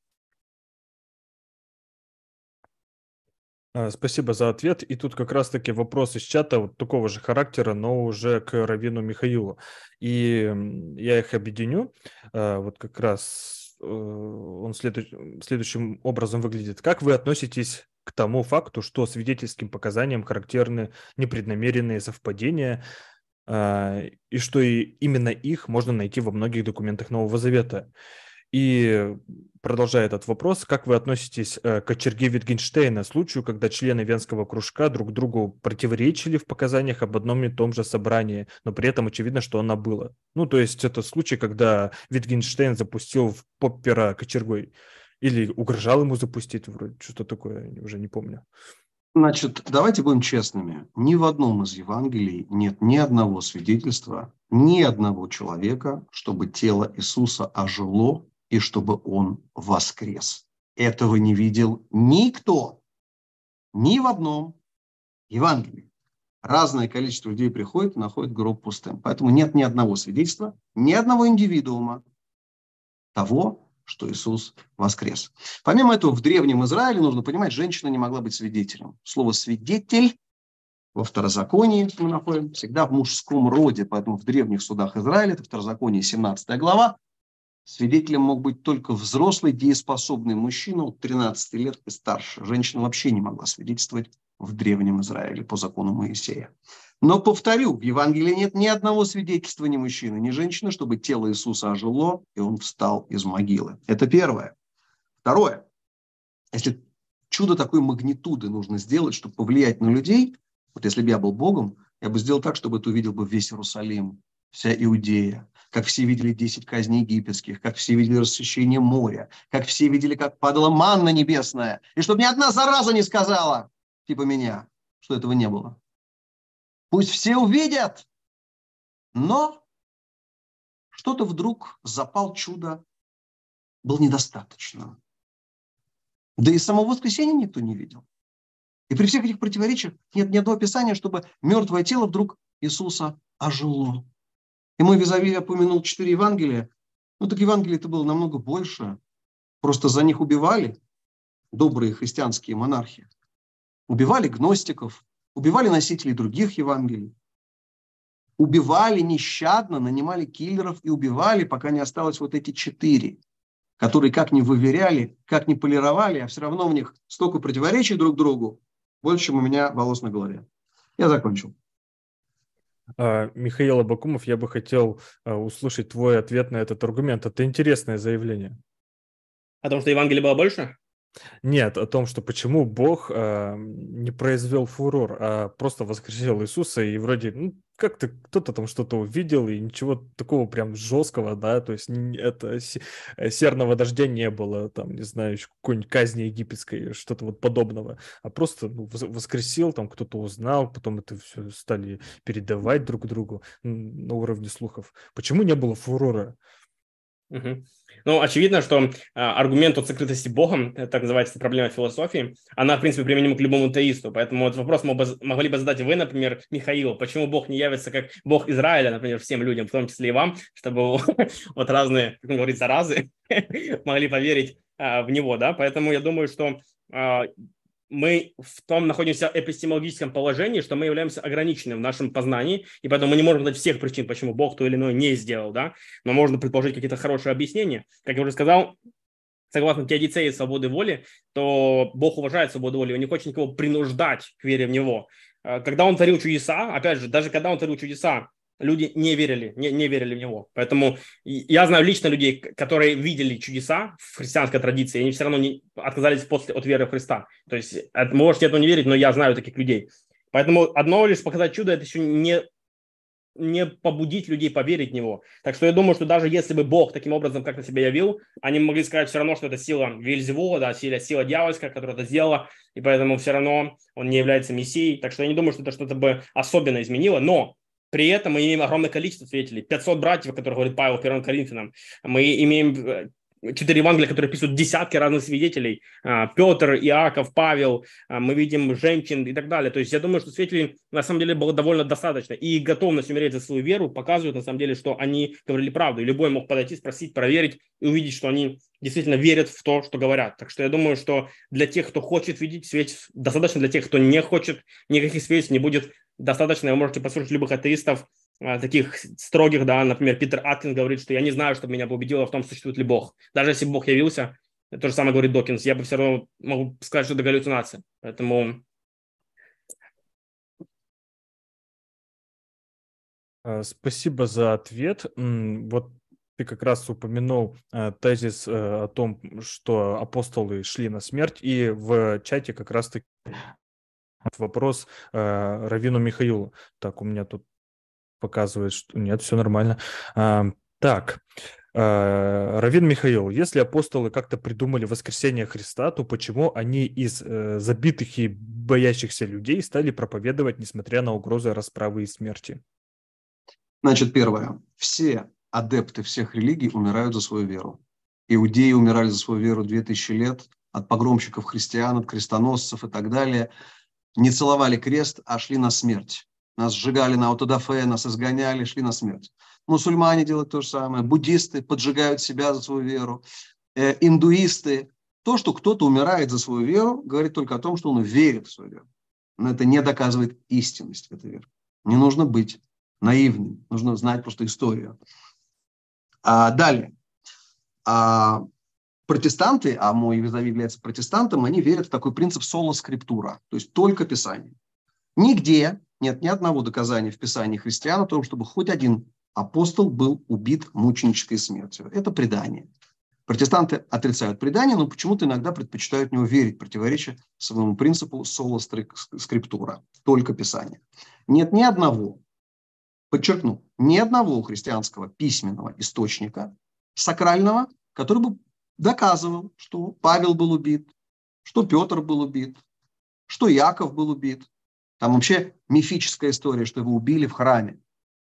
Спасибо за ответ. И тут как раз-таки вопрос из чата вот такого же характера, но уже к Равину Михаилу. И я их объединю. Вот как раз он следующим образом выглядит. Как вы относитесь к тому факту, что свидетельским показаниям характерны непреднамеренные совпадения, и что и именно их можно найти во многих документах Нового Завета? И продолжая этот вопрос, как вы относитесь к кочерге Витгенштейна, случаю, когда члены Венского кружка друг другу противоречили в показаниях об одном и том же собрании, но при этом очевидно, что оно было? Ну, то есть это случай, когда Витгенштейн запустил в Поппера кочергой или угрожал ему запустить, вроде что-то такое, уже не помню. Значит, давайте будем честными. Ни в одном из Евангелий нет ни одного свидетельства, ни одного человека, чтобы тело Иисуса ожило и чтобы он воскрес. Этого не видел никто. Ни в одном Евангелии. Разное количество людей приходит и находит гроб пустым. Поэтому нет ни одного свидетельства, ни одного индивидуума того, что Иисус воскрес. Помимо этого, в Древнем Израиле, нужно понимать, женщина не могла быть свидетелем. Слово «свидетель» во Второзаконии мы находим всегда в мужском роде. Поэтому в древних судах Израиля, это Второзаконие, семнадцатая глава, свидетелем мог быть только взрослый, дееспособный мужчина от тринадцати лет и старше. Женщина вообще не могла свидетельствовать в Древнем Израиле по закону Моисея. Но, повторю, в Евангелии нет ни одного свидетельства ни мужчины, ни женщины, чтобы тело Иисуса ожило, и он встал из могилы. Это первое. Второе. Если чудо такой магнитуды нужно сделать, чтобы повлиять на людей, вот если бы я был Богом, я бы сделал так, чтобы это увидел бы весь Иерусалим, вся Иудея, как все видели десять казней египетских, как все видели рассечение моря, как все видели, как падала манна небесная, и чтобы ни одна зараза не сказала, типа меня, что этого не было. Пусть все увидят, но что-то вдруг запал чудо, было недостаточно. Да и самого воскресения никто не видел. И при всех этих противоречиях нет ни одного описания, чтобы мертвое тело вдруг Иисуса ожило. И мой визави упомянул четыре Евангелия. Ну так Евангелий это было намного больше. Просто за них убивали добрые христианские монархи. Убивали гностиков, убивали носителей других Евангелий, убивали нещадно, нанимали киллеров и убивали, пока не осталось вот эти четыре, которые как ни выверяли, как ни полировали, а все равно в них столько противоречий друг другу, больше, чем у меня волос на голове. Я закончил. А, Михаил Абакумов, я бы хотел а, услышать твой ответ на этот аргумент. Это интересное заявление. О том, что Евангелие было больше? Нет, о том, что почему Бог э, не произвел фурор, а просто воскресил Иисуса, и вроде, ну, как-то кто-то там что-то увидел, и ничего такого прям жесткого, да, то есть н- это се- э, серного дождя не было, там, не знаю, еще какой-нибудь казни египетской, что-то вот подобного, а просто ну, вос- воскресил, там кто-то узнал, потом это все стали передавать друг другу м, на уровне слухов. Почему не было фурора? Мгм. Ну, очевидно, что а, аргумент о сокрытости Богом, это так называется проблема философии, она, в принципе, применима к любому теисту. Поэтому этот вопрос мог бы- могли бы задать вы, например, Михаил, почему Бог не явится как Бог Израиля, например, всем людям, в том числе и вам, чтобы вот разные, как он говорит, заразы могли поверить а, в него, да? Поэтому я думаю, что а, мы в том находимся в эпистемологическом положении, что мы являемся ограниченным в нашем познании, и поэтому мы не можем дать всех причин, почему Бог то или иное не сделал, да, но можно предположить какие-то хорошие объяснения. Как я уже сказал, согласно теодицее свободы воли, то Бог уважает свободу воли, он не хочет никого принуждать к вере в Него. Э, Когда Он творил чудеса, опять же, даже когда Он творил чудеса, люди не верили, не, не верили в Него. Поэтому и- я знаю лично людей, к- которые видели чудеса в христианской традиции, и они все равно не отказались после, от веры в Христа. То есть э, можете этому не верить, но я знаю таких людей. Поэтому одно лишь показать чудо, это еще не не побудить людей поверить в него. Так что я думаю, что даже если бы Бог таким образом как-то себя явил, они могли сказать все равно, что это сила Вельзевула, да, сила, сила дьявольская, которая это сделала, и поэтому все равно он не является мессией. Так что я не думаю, что это что-то бы особенно изменило, но при этом мы имеем огромное количество свидетелей. пятьсот братьев, о которых говорит Павел в первом Коринфянам. Мы имеем э, четыре Евангелия, которые пишут десятки разных свидетелей. А, Петр, Иаков, Павел, а, мы видим женщин и так далее. То есть я думаю, что свидетелей на самом деле было довольно достаточно. И их готовность умереть за свою веру показывает на самом деле, что они говорили правду. И любой мог подойти, спросить, проверить и увидеть, что они действительно верят в то, что говорят. Так что я думаю, что для тех, кто хочет видеть свидетельств, достаточно, для тех, кто не хочет, никаких свидетельств не будет достаточно. Вы можете послушать любых атеистов, а, таких строгих, да, например, Питер Аткинс говорит, что я не знаю, что меня бы убедило в том, существует ли Бог. Даже если Бог явился, то же самое говорит Докинс, я бы все равно могу сказать, что это галлюцинация. Поэтому... А, Спасибо за ответ. М, Вот ты как раз упомянул э, тезис э, о том, что апостолы шли на смерть, и в чате как раз-таки вопрос э, раввину Михаилу. Так, у меня тут показывает, что нет, все нормально. А, Так, э, раввин Михаил, если апостолы как-то придумали воскресение Христа, то почему они из э, забитых и боящихся людей стали проповедовать, несмотря на угрозы расправы и смерти? Значит, первое. Все адепты всех религий умирают за свою веру. Иудеи умирали за свою веру две тысячи лет от погромщиков христиан, от крестоносцев и так далее. Не целовали крест, а шли на смерть. Нас сжигали на аутодафе, нас изгоняли, шли на смерть. Мусульмане делают то же самое. Буддисты поджигают себя за свою веру. Э, индуисты. То, что кто-то умирает за свою веру, говорит только о том, что он верит в свою веру. Но это не доказывает истинность этой веры. Не нужно быть наивным. Нужно знать просто историю. А далее. А протестанты, а мой визави является протестантом, они верят в такой принцип соло скриптура, то есть только Писание. Нигде нет ни одного доказания в Писании христиан о том, чтобы хоть один апостол был убит мученической смертью. Это предание. Протестанты отрицают предание, но почему-то иногда предпочитают в него верить, противоречия своему принципу соло скриптура, только Писание. Нет ни одного, подчеркну, ни одного христианского письменного источника сакрального, который бы доказывал, что Павел был убит, что Петр был убит, что Яков был убит. Там вообще мифическая история, что его убили в храме.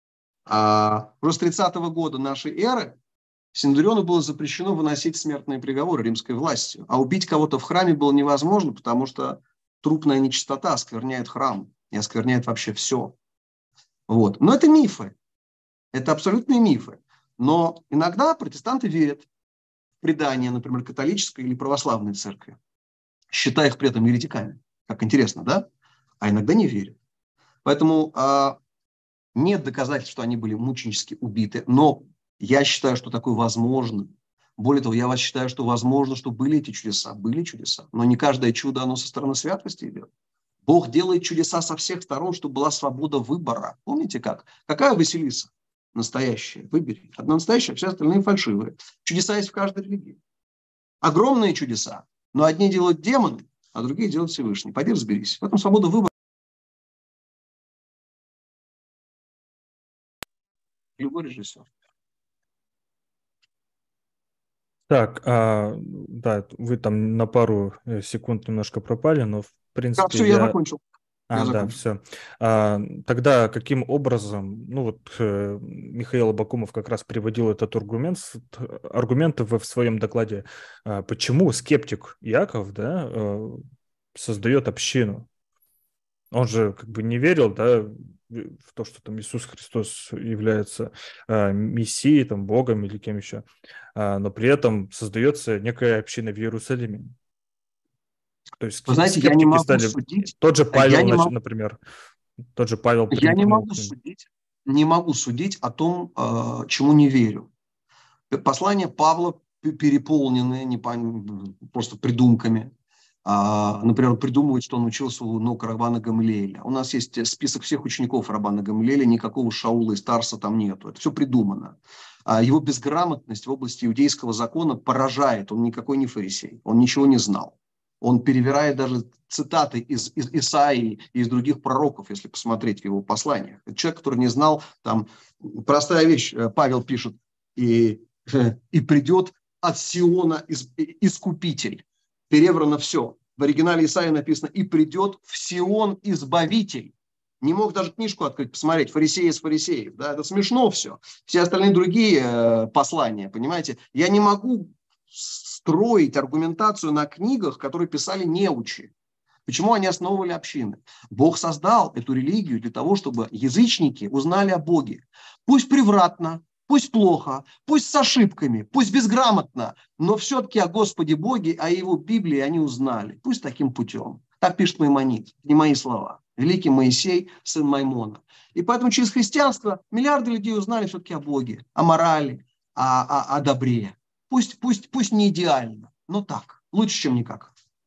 А уже с тридцатого года нашей эры Синедриону было запрещено выносить смертные приговоры римской властью. А убить кого-то в храме было невозможно, потому что трупная нечистота оскверняет храм и оскверняет вообще все. Вот. Но это мифы. Это абсолютные мифы. Но иногда протестанты верят в предания, например, католической или православной церкви, считая их при этом еретиками. Как интересно, да? А иногда не верят. Поэтому а, нет доказательств, что они были мученически убиты, но я считаю, что такое возможно. Более того, я вас считаю, что возможно, что были эти чудеса. Были чудеса, но не каждое чудо, оно со стороны святости идет. Бог делает чудеса со всех сторон, чтобы была свобода выбора. Помните как? Какая Василиса? Настоящая. Выбери. Одна настоящая, все остальные фальшивые. Чудеса есть в каждой религии. Огромные чудеса. Но одни делают демоны, а другие делают Всевышний. Пойди разберись. В этом свобода выбора. Любой режиссер. Так, а, да, вы там на пару секунд немножко пропали, но в принципе Да, все, я я... закончил. А, Я да, закончил. все. А, тогда каким образом, ну вот э, Михаил Абакумов как раз приводил этот аргумент, с- т- аргументы в, в своем докладе, а, почему скептик Яков, да, э, создает общину. Он же как бы не верил, да, в то, что там Иисус Христос является а, Мессией, там, Богом или кем еще, А, но при этом создается некая община в Иерусалиме. То есть Вы ски- знаете, я не скептики могу стали, судить. тот же Я Павел, не нач- могу, например, тот же Павел я не примкнул могу к ним. судить, не могу судить о том, э, чему не верю. Послания Павла п- переполнены не пон- просто придумками. А, например, он придумывает, что он учился у ног Раббана Гамлиэля. У нас есть список всех учеников Раббана Гамлиэля, никакого Шаула и Тарса там нету. Это все придумано. А его безграмотность в области иудейского закона поражает. Он никакой не фарисей, он ничего не знал. Он перевирает даже цитаты из, из Исаии и из других пророков, если посмотреть в его посланиях. Это человек, который не знал, там, простая вещь, Павел пишет, и, и придет от Сиона искупитель. Переврано все. В оригинале Исаии написано, и придет в Сион избавитель. Не мог даже книжку открыть, посмотреть, фарисеи из фарисеев. Да? Это смешно все. Все остальные другие э, послания, понимаете. Я не могу строить аргументацию на книгах, которые писали неучи. Почему они основывали общины? Бог создал эту религию для того, чтобы язычники узнали о Боге. Пусть превратно, пусть плохо, пусть с ошибками, пусть безграмотно, но все-таки о Господе Боге, о Его Библии они узнали. Пусть таким путем. Так пишет Маймонид, не мои слова. Великий Моисей, сын Маймона. И поэтому через христианство миллиарды людей узнали все-таки о Боге, о морали, о, о, о добре. Пусть, пусть, пусть не идеально, но так. Лучше, чем никак.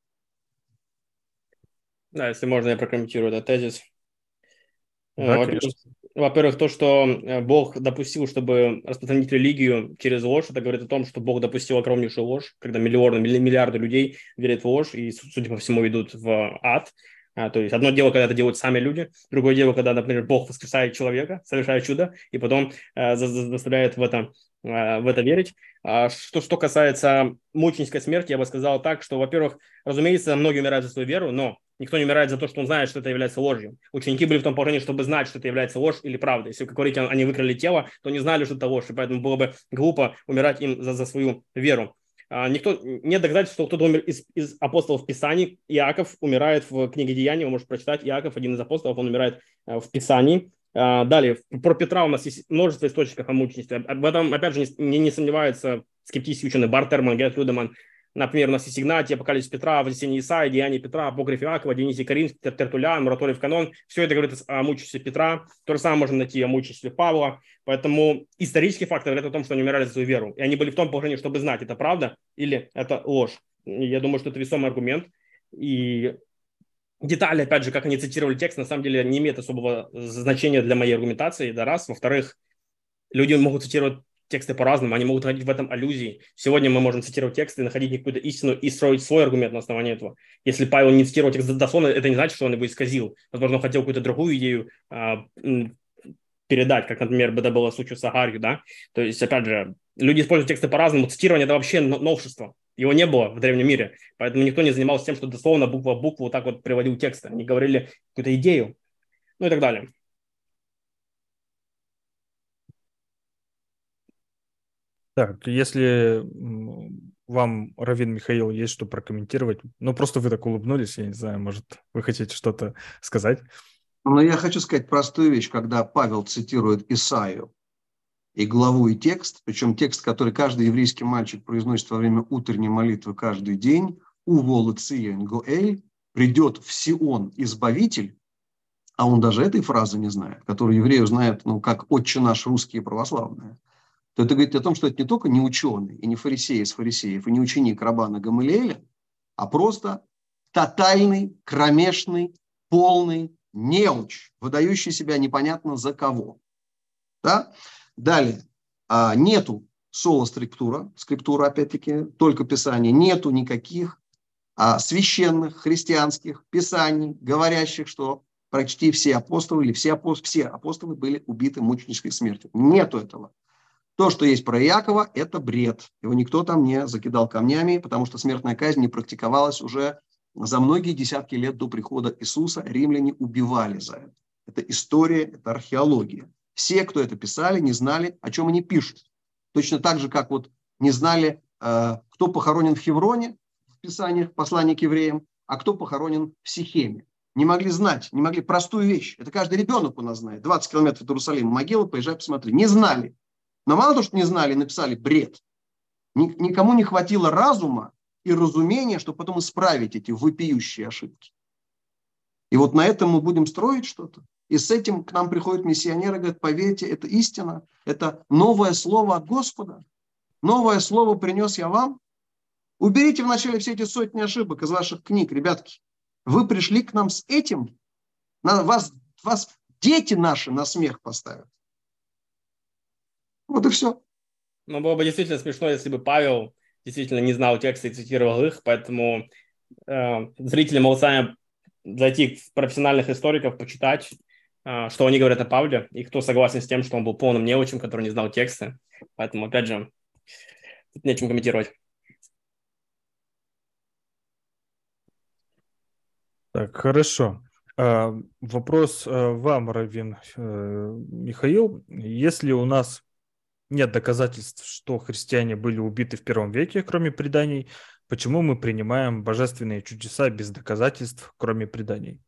Да, если можно, я прокомментирую этот тезис. Да, Во-первых, конечно. во-первых, то, что Бог допустил, чтобы распространить религию через ложь, это говорит о том, что Бог допустил огромнейшую ложь, когда миллиарды, миллиарды людей верят в ложь и, судя по всему, идут в ад. А, то есть одно дело, когда это делают сами люди, другое дело, когда, например, Бог воскресает человека, совершает чудо, и потом э, заставляет в это, э, в это верить. А что, что касается мученической смерти, я бы сказал так, что, во-первых, разумеется, многие умирают за свою веру, но никто не умирает за то, что он знает, что это является ложью. Ученики были в том положении, чтобы знать, что это является ложь или правда. Если, как говорите, они выкрали тело, то не знали, что это ложь, и поэтому было бы глупо умирать им за, за свою веру. А, никто, нет доказательств, что кто-то умер из, из апостолов Писаний. Иаков умирает в книге Деяний, вы можете прочитать. Иаков, один из апостолов, он умирает в Писании. А, далее, про Петра у нас есть множество источников о мученичестве. Об этом, опять же, не, не, не сомневаются скептические ученые Бартерман, Герт Людеман. Например, у нас есть Игнатий, Апокалипсис Петра, Вознесение Исаии, Деяния Петра, Апокриф Иакова, Дионисий Каринский, Тертулян, Мораторий в канон. Все это говорит о мученичестве Петра. То же самое можно найти о мученичестве Павла. Поэтому исторические факты говорят о том, что они умирали за свою веру. И они были в том положении, чтобы знать, это правда или это ложь. И я думаю, что это весомый аргумент. И детали, опять же, как они цитировали текст, на самом деле не имеет особого значения для моей аргументации. Это раз. Во-вторых, люди могут цитировать тексты по-разному, они могут находить в этом аллюзии. Сегодня мы можем цитировать тексты, находить какую-то истину и строить свой аргумент на основании этого. Если Павел не цитировал текст дословно, это не значит, что он его исказил. Возможно, он хотел какую-то другую идею а, передать, как, например, это было в случае с Агарью, да. То есть, опять же, люди используют тексты по-разному. Цитирование – это вообще новшество. Его не было в древнем мире. Поэтому никто не занимался тем, что дословно буква в букву вот так вот приводил тексты. Они говорили какую-то идею, ну и так далее. Так, если вам, Равин Михаил, есть что прокомментировать, ну просто вы так улыбнулись, я не знаю, может, вы хотите что-то сказать? Но я хочу сказать простую вещь, когда Павел цитирует Исаию и главу, и текст, причем текст, который каждый еврейский мальчик произносит во время утренней молитвы каждый день, «Уволы Цион Гоэль», «Придет в Сион Избавитель», а он даже этой фразы не знает, которую евреи знают, ну, как «Отче наш» русские православные, то это говорит о том, что это не только не ученый и не фарисей из фарисеев, и не ученик Раббана Гамалиэля, а просто тотальный, кромешный, полный неуч, выдающий себя непонятно за кого. Да? Далее. А, нету соло-скриптура, скриптура опять-таки, только писание, нету никаких а, священных христианских писаний, говорящих, что почти все апостолы или все апостолы, все апостолы были убиты мученической смертью. Нету этого. То, что есть про Иакова, это бред. Его никто там не закидал камнями, потому что смертная казнь не практиковалась уже за многие десятки лет до прихода Иисуса. Римляне убивали за это. Это история, это археология. Все, кто это писали, не знали, о чем они пишут. Точно так же, как вот не знали, э, кто похоронен в Хевроне, в Писаниях, послание к евреям, а кто похоронен в Сихеме. Не могли знать, не могли простую вещь. Это каждый ребенок у нас знает. двадцать километров от Иерусалима могила, поезжай, посмотри. Не знали. Но мало того, что не знали, написали бред. Никому не хватило разума и разумения, чтобы потом исправить эти вопиющие ошибки. И вот на этом мы будем строить что-то. И с этим к нам приходят миссионеры и говорят: поверьте, это истина, это новое слово от Господа. Новое слово принес я вам. Уберите вначале все эти сотни ошибок из ваших книг, ребятки. Вы пришли к нам с этим. Вас, вас дети наши на смех поставят. Вот и все. Ну, было бы действительно смешно, если бы Павел действительно не знал тексты и цитировал их, поэтому э, зрители могут сами зайти в профессиональных историков, почитать, э, что они говорят о Павле, и кто согласен с тем, что он был полным неучем, который не знал тексты. Поэтому, опять же, тут нечем комментировать. Так, хорошо. А, вопрос а, вам, раввин а, Михаил. Если у нас нет доказательств, что христиане были убиты в первом веке, кроме преданий, почему мы принимаем божественные чудеса без доказательств, кроме преданий?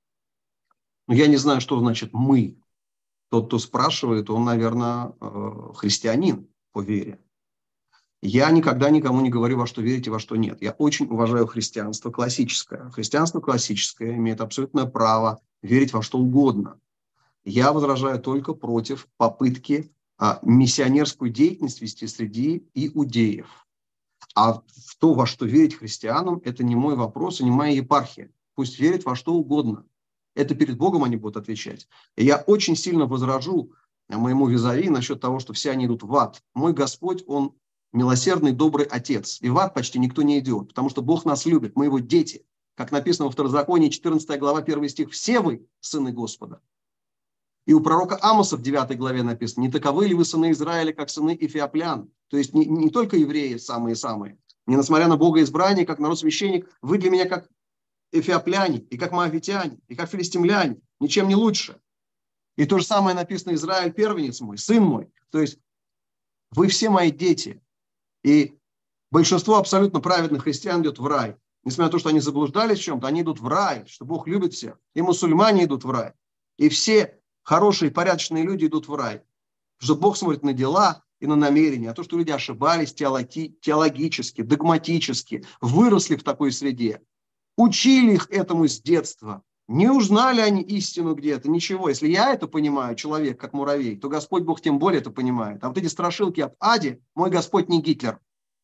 Ну, я не знаю, что значит «мы». Тот, кто спрашивает, он, наверное, христианин по вере. Я никогда никому не говорю, во что верить и во что нет. Я очень уважаю христианство классическое. Христианство классическое имеет абсолютное право верить во что угодно. Я возражаю только против попытки а, миссионерскую деятельность вести среди иудеев. А в то, во что верить христианам, это не мой вопрос и не моя епархия. Пусть верят во что угодно. Это перед Богом они будут отвечать. И я очень сильно возражу моему визави насчет того, что все они идут в ад. Мой Господь, Он милосердный, добрый Отец. И в ад почти никто не идет, потому что Бог нас любит, мы Его дети. Как написано во Второзаконии, четырнадцатая глава, первый стих. «Все вы сыны Господа». И у пророка Амоса в девятой главе написано: «Не таковы ли вы сыны Израиля, как сыны эфиоплян?» То есть не, не только евреи самые-самые. Не несмотря на богоизбрание, как народ-священник, вы для меня как эфиопляне, и как моавитяне, и как филистимляне. Ничем не лучше. И то же самое написано: «Израиль первенец мой, сын мой». То есть вы все мои дети. И большинство абсолютно праведных христиан идет в рай. Несмотря на то, что они заблуждались в чем-то, они идут в рай, что Бог любит всех. И мусульмане идут в рай. И все хорошие, порядочные люди идут в рай. Потому что Бог смотрит на дела и на намерения. А то, что люди ошибались теологи- теологически, догматически, выросли в такой среде, учили их этому с детства. Не узнали они истину где-то, ничего. Если я это понимаю, человек, как муравей, то Господь Бог тем более это понимает. А вот эти страшилки об аде, мой Господь не Гитлер.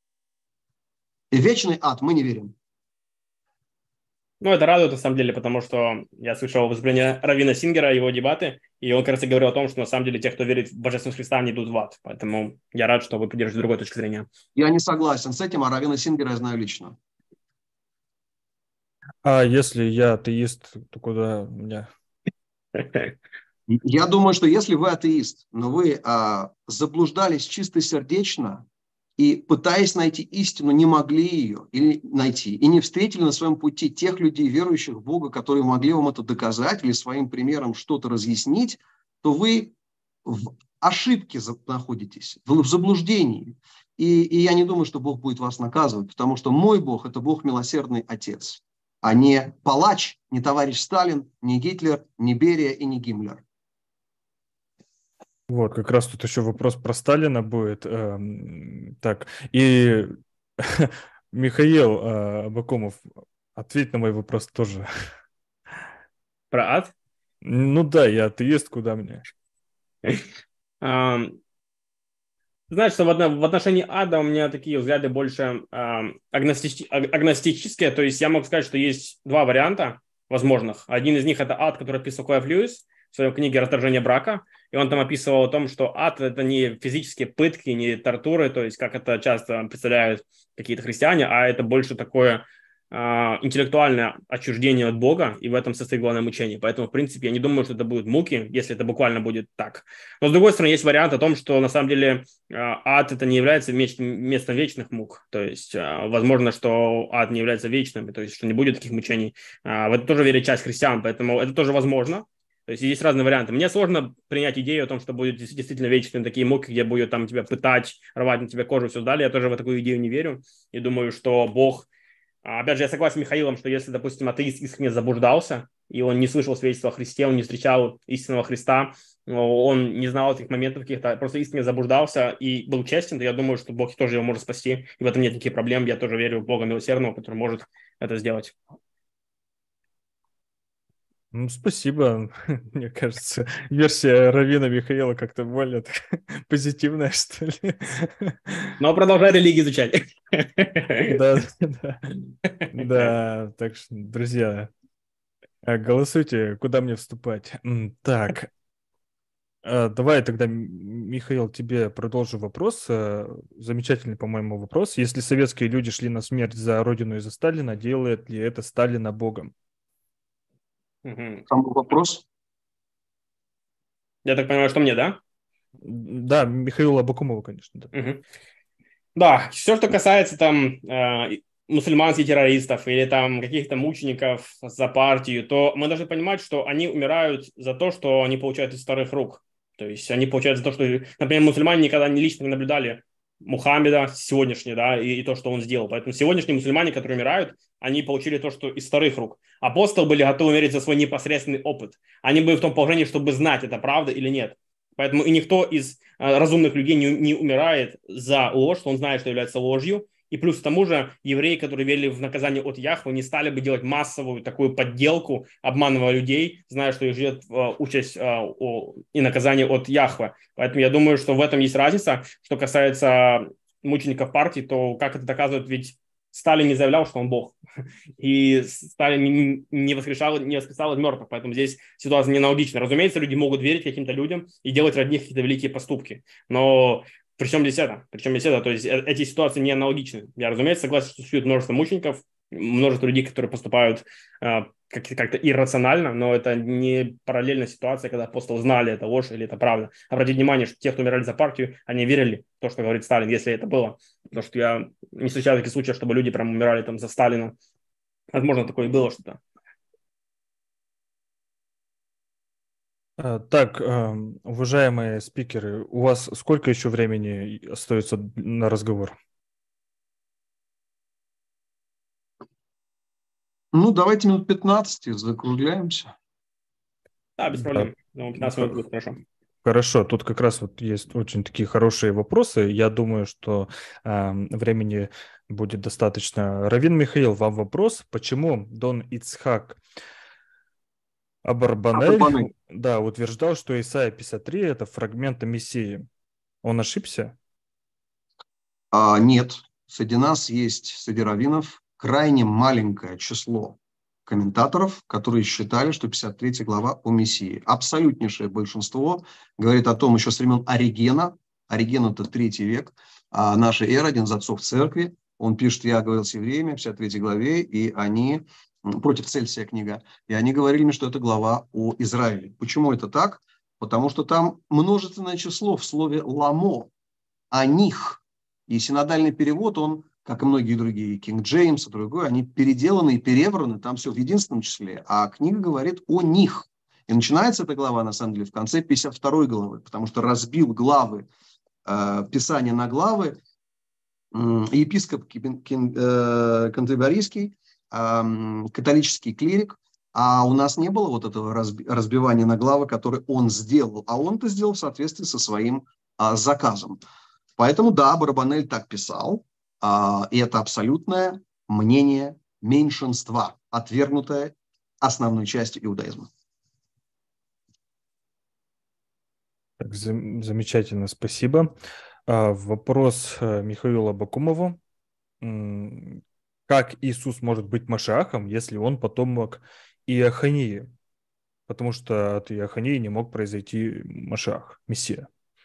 И в вечный ад мы не верим. Ну, это радует, на самом деле, потому что я слышал выступление раввина Сингера, его дебаты, и он, кажется, говорил о том, что на самом деле те, кто верит в Божественность Христа, они идут в ад. Поэтому я рад, что вы придерживаетесь другой точки зрения. Я не согласен с этим, а раввина Сингера я знаю лично. А если я атеист, то куда меня? Я думаю, что если вы атеист, но вы а, заблуждались чистосердечно и, пытаясь найти истину, не могли ее или найти, и не встретили на своем пути тех людей, верующих в Бога, которые могли вам это доказать или своим примером что-то разъяснить, то вы в ошибке находитесь, в заблуждении. И, и я не думаю, что Бог будет вас наказывать, потому что мой Бог – это Бог милосердный Отец, а не палач, не товарищ Сталин, не Гитлер, не Берия и не Гиммлер. Вот, как раз тут еще вопрос про Сталина будет. Эм, так, и Михаил э, Абакумов, ответь на мой вопрос тоже. Про ад? Ну да, я атеист, куда мне? Ам, Знаешь, что в одно- в отношении ада у меня такие взгляды больше ам, агностичи- аг- агностические. То есть я могу сказать, что есть два варианта возможных. Один из них – это ад, который описывал Клайв Льюис в своей книге «Расторжение брака». И он там описывал о том, что ад – это не физические пытки, не тортуры, то есть как это часто представляют какие-то христиане, а это больше такое а, интеллектуальное отчуждение от Бога, и в этом состоит главное мучение. Поэтому, в принципе, я не думаю, что это будут муки, если это буквально будет так. Но, с другой стороны, есть вариант о том, что на самом деле а, ад это не является местом, местом вечных мук. То есть, а, возможно, что ад не является вечным, то есть, что не будет таких мучений. А, В это тоже верит часть христиан, поэтому это тоже возможно. То есть, есть разные варианты. Мне сложно принять идею о том, что будет действительно вечные такие муки, где будут там тебя пытать, рвать на тебе кожу и все далее. Я тоже в такую идею не верю. И думаю, что Бог... А, Опять же, я согласен с Михаилом, что если, допустим, атеист искренне заблуждался, и он не слышал свидетельства о Христе, он не встречал истинного Христа, он не знал этих моментов каких-то, просто искренне заблуждался и был честен, то я думаю, что Бог тоже его может спасти, и в этом нет никаких проблем. Я тоже верю в Бога милосердного, который может это сделать. Ну, спасибо. Мне кажется, версия Равина Михаила как-то более так позитивная, что ли. Но продолжай религию изучать. Да, да, да. Так что, друзья, э, голосуйте, куда мне вступать. М, Так, э, давай тогда, М- Михаил, тебе продолжу вопрос. Э, Замечательный, по-моему, вопрос. Если советские люди шли на смерть за Родину и за Сталина, делает ли это Сталина Богом? Мгм. Там был вопрос. Я так понимаю, что мне, да? Да, Михаила Абакумова, конечно, да. Мгм. Да, все, что касается там э, мусульманских террористов или там каких-то мучеников за партию, то мы должны понимать, что они умирают за то, что они получают из вторых рук. То есть они получают за то, что, например, мусульмане никогда не лично не наблюдали Мухаммеда сегодняшний, да, и, и то, что он сделал. Поэтому сегодняшние мусульмане, которые умирают, они получили то, что из вторых рук. Апостолы были готовы умереть за свой непосредственный опыт. Они были в том положении, чтобы знать, это правда или нет. Поэтому и никто из э, разумных людей не, не умирает за ложь, что он знает, что является ложью. И плюс к тому же евреи, которые верили в наказание от Яхвы, не стали бы делать массовую такую подделку, обманывая людей, зная, что их ждет э, участь э, о, и наказание от Яхвы. Поэтому я думаю, что в этом есть разница. Что касается мучеников партии, то как это доказывает, ведь Сталин не заявлял, что он бог. И Сталин не воскрешал, не воскресал из мертвых. Поэтому здесь ситуация неаналогична. Разумеется, люди могут верить каким-то людям и делать ради них какие-то великие поступки. Но при чем здесь это? Причем здесь это? То есть э- эти ситуации не аналогичны. Я, разумеется, согласен, что существует множество мучеников, множество людей, которые поступают э, как- как-то иррационально, но это не параллельная ситуация, когда апостолы знали, это ложь или это правда. Обратите внимание, что те, кто умирали за партию, они верили в то, что говорит Сталин, если это было. Потому что я не встречал таких случаев, чтобы люди прям умирали там за Сталина. Возможно, такое и было что-то. А, Так, эм, уважаемые спикеры, у вас сколько еще времени остается на разговор? Ну, давайте минут пятнадцать и закругляемся. Да, без Да, проблем. Думаю, пятнадцать минут будет хорошо. хорошо. Тут как раз вот есть очень такие хорошие вопросы. Я думаю, что эм, времени будет достаточно. Равин Михаил, вам вопрос. Почему Дон Ицхак Абарбанель, Абарбанель. да, утверждал, что Исайя пятьдесят три – это фрагмент о Мессии? Он ошибся? А, нет, среди нас есть, среди раввинов, крайне маленькое число комментаторов, которые считали, что пятьдесят третья глава о Мессии. Абсолютнейшее большинство говорит о том еще с времен Оригена. Ориген – это третий век а нашей эры, один из отцов церкви. Он пишет: «Я говорил с евреями» в пятьдесят третьей главе, и они, против Цельсия книга, и они говорили мне, что это глава о Израиле. Почему это так? Потому что там множественное число в слове «ламо», о них. И синодальный перевод, он, как и многие другие, Кинг Джеймс и другой, они переделаны и перевраны, там все в единственном числе, а книга говорит о них. И начинается эта глава, на самом деле, в конце пятьдесят второй главы, потому что разбил главы, э, Писания на главы, э, епископ э, Кантерберийский, э, католический клирик, а у нас не было вот этого разбивания на главы, которое он сделал, а он это сделал в соответствии со своим э, заказом. Поэтому, да, Барабанель так писал, а, и это абсолютное мнение меньшинства, отвергнутое основной частью иудаизма. Так, зам- замечательно, спасибо. А, вопрос э, Михаилу Абакумову. М, Как Иисус может быть Машиахом, если он потомок Иохании? Потому что от Иохании не мог произойти Машиах, Мессия.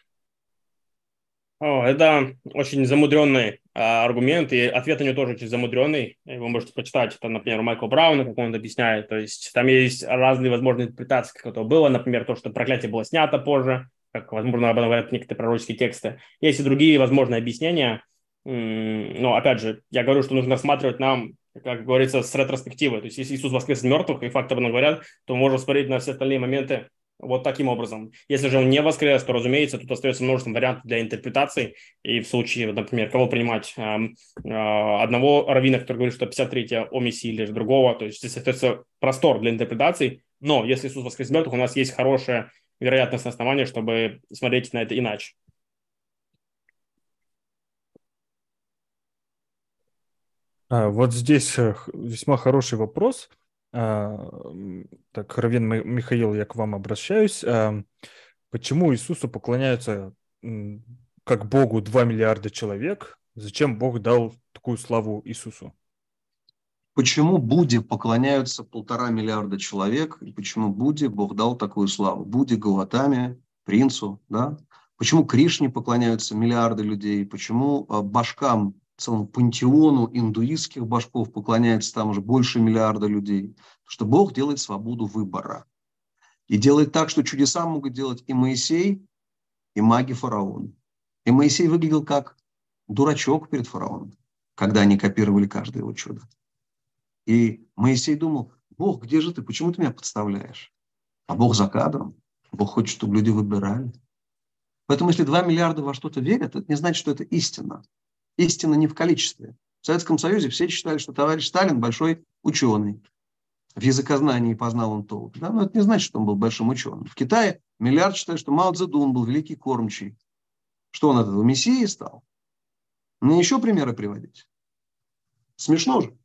О, это очень замудренный а, аргумент, и ответ на него тоже очень замудренный. Вы можете почитать, это, например, у Майкла Брауна, как он это объясняет. То есть там есть разные возможные интерпретации, как это было. Например, то, что проклятие было снято позже, как, возможно, об этом говорят некоторые пророческие тексты. Есть и другие возможные объяснения. М, Но, опять же, я говорю, что нужно рассматривать нам, как говорится, с ретроспективы. То есть если Иисус воскрес из мертвых, и факты об этом говорят, то мы можем смотреть на все остальные моменты вот таким образом. Если же он не воскрес, то, разумеется, тут остается множество вариантов для интерпретаций. И в случае, например, кого принимать, эм, э, одного раввина, который говорит, что пятьдесят третье о Мессии, или же другого, то есть здесь остается простор для интерпретаций. Но если Иисус воскрес из мертвых, у нас есть хорошее вероятностное основание, чтобы смотреть на это иначе. А, вот здесь э, х- весьма хороший вопрос. А, м, Так, раввин Ми- Михаил, я к вам обращаюсь. А, Почему Иисусу поклоняются м, как Богу два миллиарда человек? Зачем Бог дал такую славу Иисусу? Почему Будде поклоняются полтора миллиарда человек, и почему Будде Бог дал такую славу? Будде, Гаутаме, принцу, да? Почему Кришне поклоняются миллиарды людей? Почему э, башкам, целому пантеону индуистских башков поклоняется там уже больше миллиарда людей? Потому что Бог делает свободу выбора. И делает так, что чудеса могут делать и Моисей, и маги фараона. И Моисей выглядел как дурачок перед фараоном, когда они копировали каждое его чудо. И Моисей думал: Бог, где же ты? Почему ты меня подставляешь? А Бог за кадром. Бог хочет, чтобы люди выбирали. Поэтому если два миллиарда во что-то верят, это не значит, что это истина. Истина не в количестве. В Советском Союзе все считали, что товарищ Сталин большой ученый. В языкознании познал он толк. Да? Но это не значит, что он был большим ученым. В Китае миллиард считают, что Мао Цзэдун был великий кормчий. Что он от этого мессией стал? Мне еще примеры приводить. Смешно же.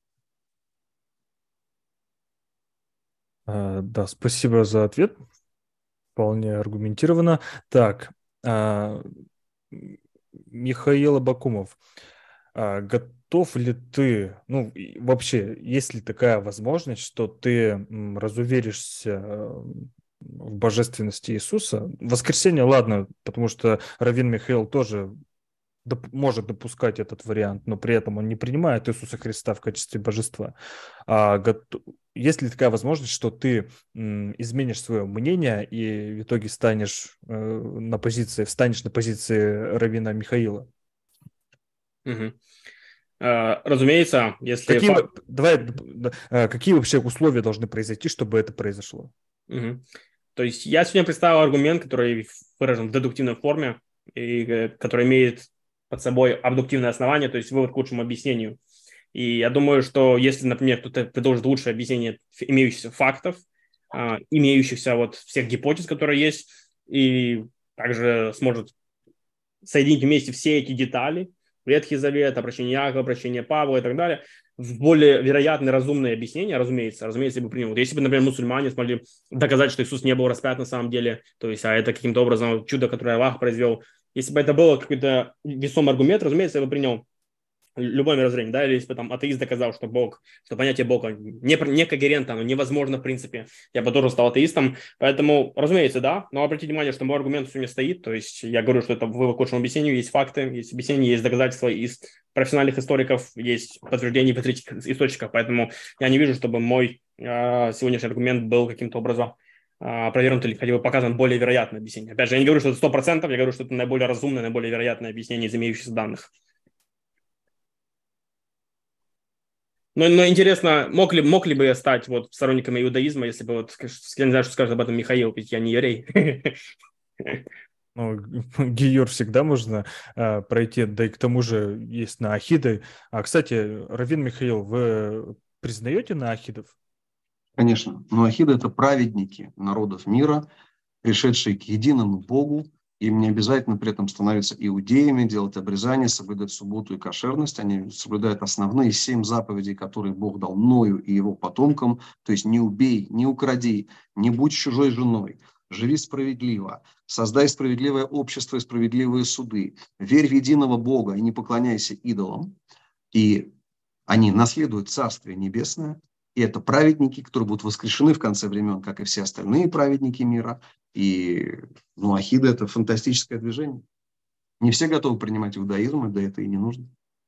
А, Да, спасибо за ответ. Вполне аргументированно. Так, а, м, Михаил Абакумов, а готов ли ты, ну, и вообще, есть ли такая возможность, что ты м, разуверишься э, в божественности Иисуса? Воскресенье, ладно, потому что раввин Михаил тоже доп- может допускать этот вариант, но при этом он не принимает Иисуса Христа в качестве божества. А гото- есть ли такая возможность, что ты м, изменишь свое мнение и в итоге станешь э, на позиции, встанешь на позиции раввина Михаила? Мгм. Э, Разумеется, если Какие, факт... вы- давай, д- э, какие вообще условия должны произойти, чтобы это произошло? Мгм. То есть я сегодня представил аргумент, который выражен в дедуктивной форме, и э, который имеет под собой абдуктивное основание, то есть вывод к лучшему объяснению. И я думаю, что если, например, кто-то предложит лучшее объяснение имеющихся фактов, а, имеющихся вот всех гипотез, которые есть, и также сможет соединить вместе все эти детали, Ветхий Завет, обращение Якова, обращение Павла и так далее, в более вероятные, разумные объяснения, разумеется, разумеется, я бы принял. Вот если бы, например, мусульмане смогли доказать, что Иисус не был распят на самом деле, то есть, а это каким-то образом чудо, которое Аллах произвел, если бы это было какой-то весомый аргумент, разумеется, я бы принял любое мировоззрение, да, или если бы там атеист доказал, что Бог, что понятие Бога не, не когерентно, оно невозможно в принципе, я бы тоже стал атеистом, поэтому, разумеется, да, но обратите внимание, что мой аргумент все не стоит, то есть я говорю, что это вывод к лучшему объяснению, есть факты, есть объяснения, есть доказательства из профессиональных историков, есть подтверждения патриотических источников, поэтому я не вижу, чтобы мой э, сегодняшний аргумент был каким-то образом э, провернут или хотя бы показан более вероятное объяснение. Опять же, я не говорю, что это сто процентов, я говорю, что это наиболее разумное, наиболее вероятное объяснение из имеющихся данных. Но, но интересно, мог ли, мог ли бы я стать вот сторонником иудаизма, если бы вот, я не знаю, что скажет об этом Михаил, ведь я не еврей. Ну, Гиюр всегда можно э, пройти, да и к тому же есть наахиды. А, кстати, раввин Михаил, вы признаете наахидов? Конечно. Но ахиды – это праведники народов мира, пришедшие к единому Богу. Им не обязательно при этом становиться иудеями, делать обрезание, соблюдать субботу и кошерность. Они соблюдают основные семь заповедей, которые Бог дал Ною и его потомкам. То есть не убей, не укради, не будь чужой женой, живи справедливо, создай справедливое общество и справедливые суды, верь в единого Бога и не поклоняйся идолам. И они наследуют Царствие Небесное, и это праведники, которые будут воскрешены в конце времен, как и все остальные праведники мира. И ну, Ахида – это фантастическое движение. Не все готовы принимать иудаизм, да это и не нужно.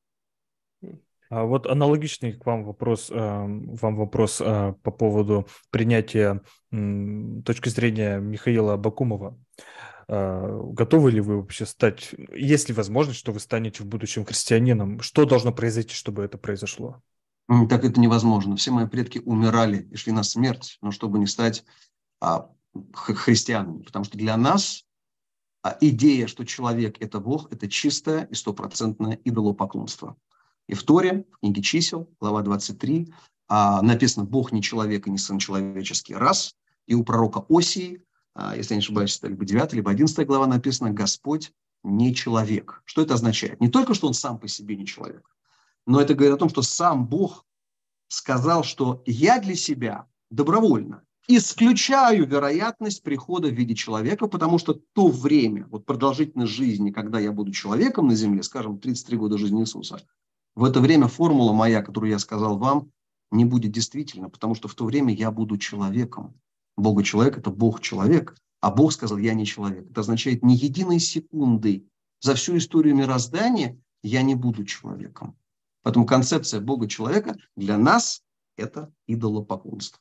А вот аналогичный к вам вопрос, э, вам вопрос э, по поводу принятия м, точки зрения Михаила Абакумова. Э, готовы ли вы вообще стать, есть ли возможность, что вы станете в будущем христианином? Что должно произойти, чтобы это произошло? Так это невозможно. Все мои предки умирали и шли на смерть, но чтобы не стать а, христианами. Потому что для нас а, идея, что человек – это Бог, это чистое и стопроцентное идолопоклонство. И в Торе, в книге чисел, глава двадцать три, а, написано «Бог не человек и не сын человеческий» раз. И у пророка Осии, а, если я не ошибаюсь, это либо девятая, либо одиннадцатая глава написано «Господь не человек». Что это означает? Не только, что он сам по себе не человек, но это говорит о том, что сам Бог сказал, что я для себя добровольно исключаю вероятность прихода в виде человека, потому что то время, вот продолжительность жизни, когда я буду человеком на земле, скажем, тридцать три года жизни Иисуса, в это время формула моя, которую я сказал вам, не будет действительна, потому что в то время я буду человеком. Бога-человек – это Бог-человек, а Бог сказал, я не человек. Это означает, ни единой секунды за всю историю мироздания я не буду человеком. Поэтому концепция Бога-человека для нас – это идолопоклонство.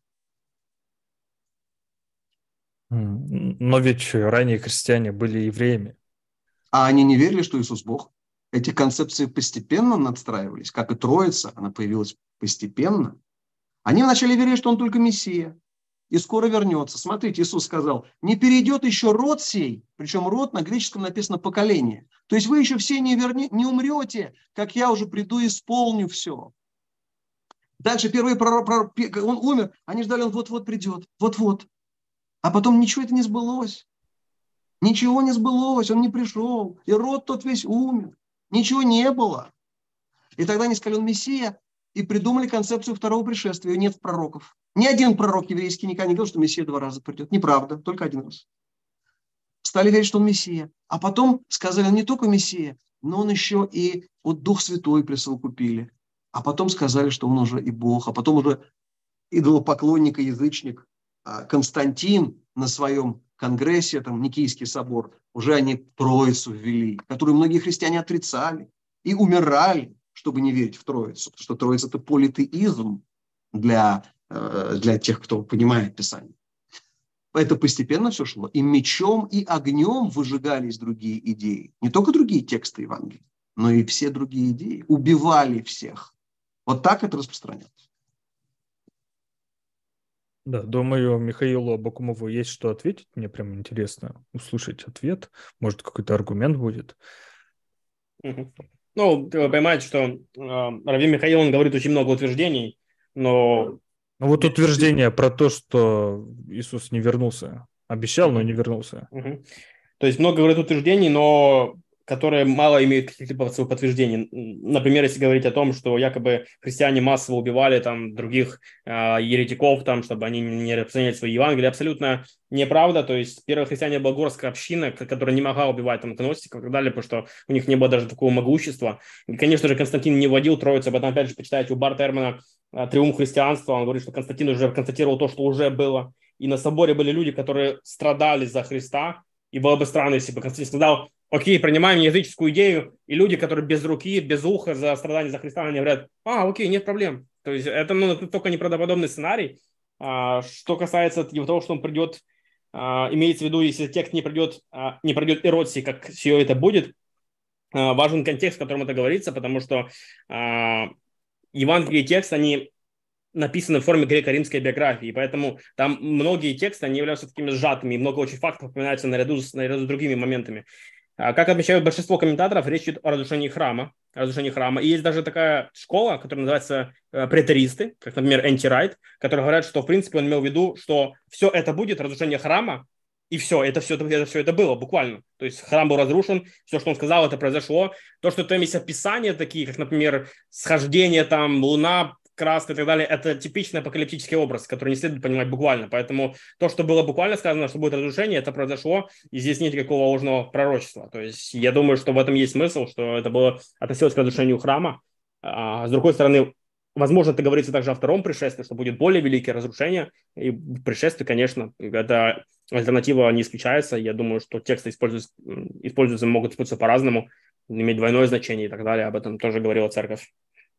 Но ведь ранее христиане были евреями. А они не верили, что Иисус Бог. Эти концепции постепенно надстраивались, как и Троица, она появилась постепенно. Они вначале верили, что он только Мессия, и скоро вернется. Смотрите, Иисус сказал, не перейдет еще род сей, причем род на греческом написано поколение. То есть вы еще все не, верне, не умрете, как я уже приду и исполню все. Дальше первый пророк, пророк, он умер, они ждали, он вот-вот придет, вот-вот. А потом ничего это не сбылось. Ничего не сбылось, он не пришел, и род тот весь умер. Ничего не было. И тогда они сказали, он Мессия, и придумали концепцию второго пришествия. Ее нет в пророков. Ни один пророк еврейский никогда не говорил, что Мессия два раза придет. Неправда, только один раз. Стали верить, что он Мессия. А потом сказали, он не только Мессия, но он еще и вот Дух Святой присовокупили. А потом сказали, что он уже и Бог. А потом уже идолопоклонник и язычник Константин на своем конгрессе, там Никейский собор, уже они Троицу ввели, которую многие христиане отрицали и умирали, чтобы не верить в Троицу. Потому что Троица – это политеизм для, для тех, кто понимает Писание. Это постепенно все шло. И мечом, и огнем выжигались другие идеи. Не только другие тексты Евангелия, но и все другие идеи. Убивали всех. Вот так это распространялось. Да, думаю, Михаилу Абакумову есть что ответить. Мне прям интересно услышать ответ. Может, какой-то аргумент будет. Угу. Ну, вы понимаете, что э, Рави Михаил, он говорит очень много утверждений, но... Ну вот утверждение про то, что Иисус не вернулся. Обещал, но не вернулся. Угу. То есть много говорит утверждений, но которые мало имеют каких-либо своих подтверждений. Например, если говорить о том, что якобы христиане массово убивали там других э, еретиков, там, чтобы они не распространяли свои Евангелия, абсолютно неправда. То есть первые христиане была горская община, которая не могла убивать там гностиков и так далее, потому что у них не было даже такого могущества. И, конечно же, Константин не вводил Троицу. Об этом, опять же, почитайте у Барта Эрмана «Триумф христианства». Он говорит, что Константин уже констатировал то, что уже было. И на соборе были люди, которые страдали за Христа. И было бы странно, если бы Константин сказал: окей, принимаем языческую идею, и люди, которые без руки, без уха за страдания за Христа, они говорят: а, окей, нет проблем. То есть это ну, только неправдоподобный сценарий. А, что касается того, что он придет, а, имеется в виду, если текст не придет, а, не придет эротии, как все это будет, а, важен контекст, в котором это говорится, потому что а, Евангелие и текст, они написаны в форме греко-римской биографии, поэтому там многие тексты, они являются такими сжатыми, и много очень фактов упоминается наряду с, наряду с другими моментами. Как отмечают большинство комментаторов, речь идет о разрушении храма. О разрушении храма. И есть даже такая школа, которая называется претеристы, как, например, Энти Райт, которые говорят, что, в принципе, он имел в виду, что все это будет, разрушение храма, и все, это все это, все это было буквально. То есть храм был разрушен, все, что он сказал, это произошло. То, что там есть описания такие, как, например, схождение, там, луна краска и так далее, это типичный апокалиптический образ, который не следует понимать буквально. Поэтому то, что было буквально сказано, что будет разрушение, это произошло, и здесь нет никакого ложного пророчества. То есть я думаю, что в этом есть смысл, что это было относилось к разрушению храма. А с другой стороны, возможно, это говорится также о втором пришествии, что будет более великое разрушение. И пришествие, конечно, эта альтернатива не исключается. Я думаю, что тексты используются, используются могут использоваться по-разному, иметь двойное значение и так далее. Об этом тоже говорила церковь.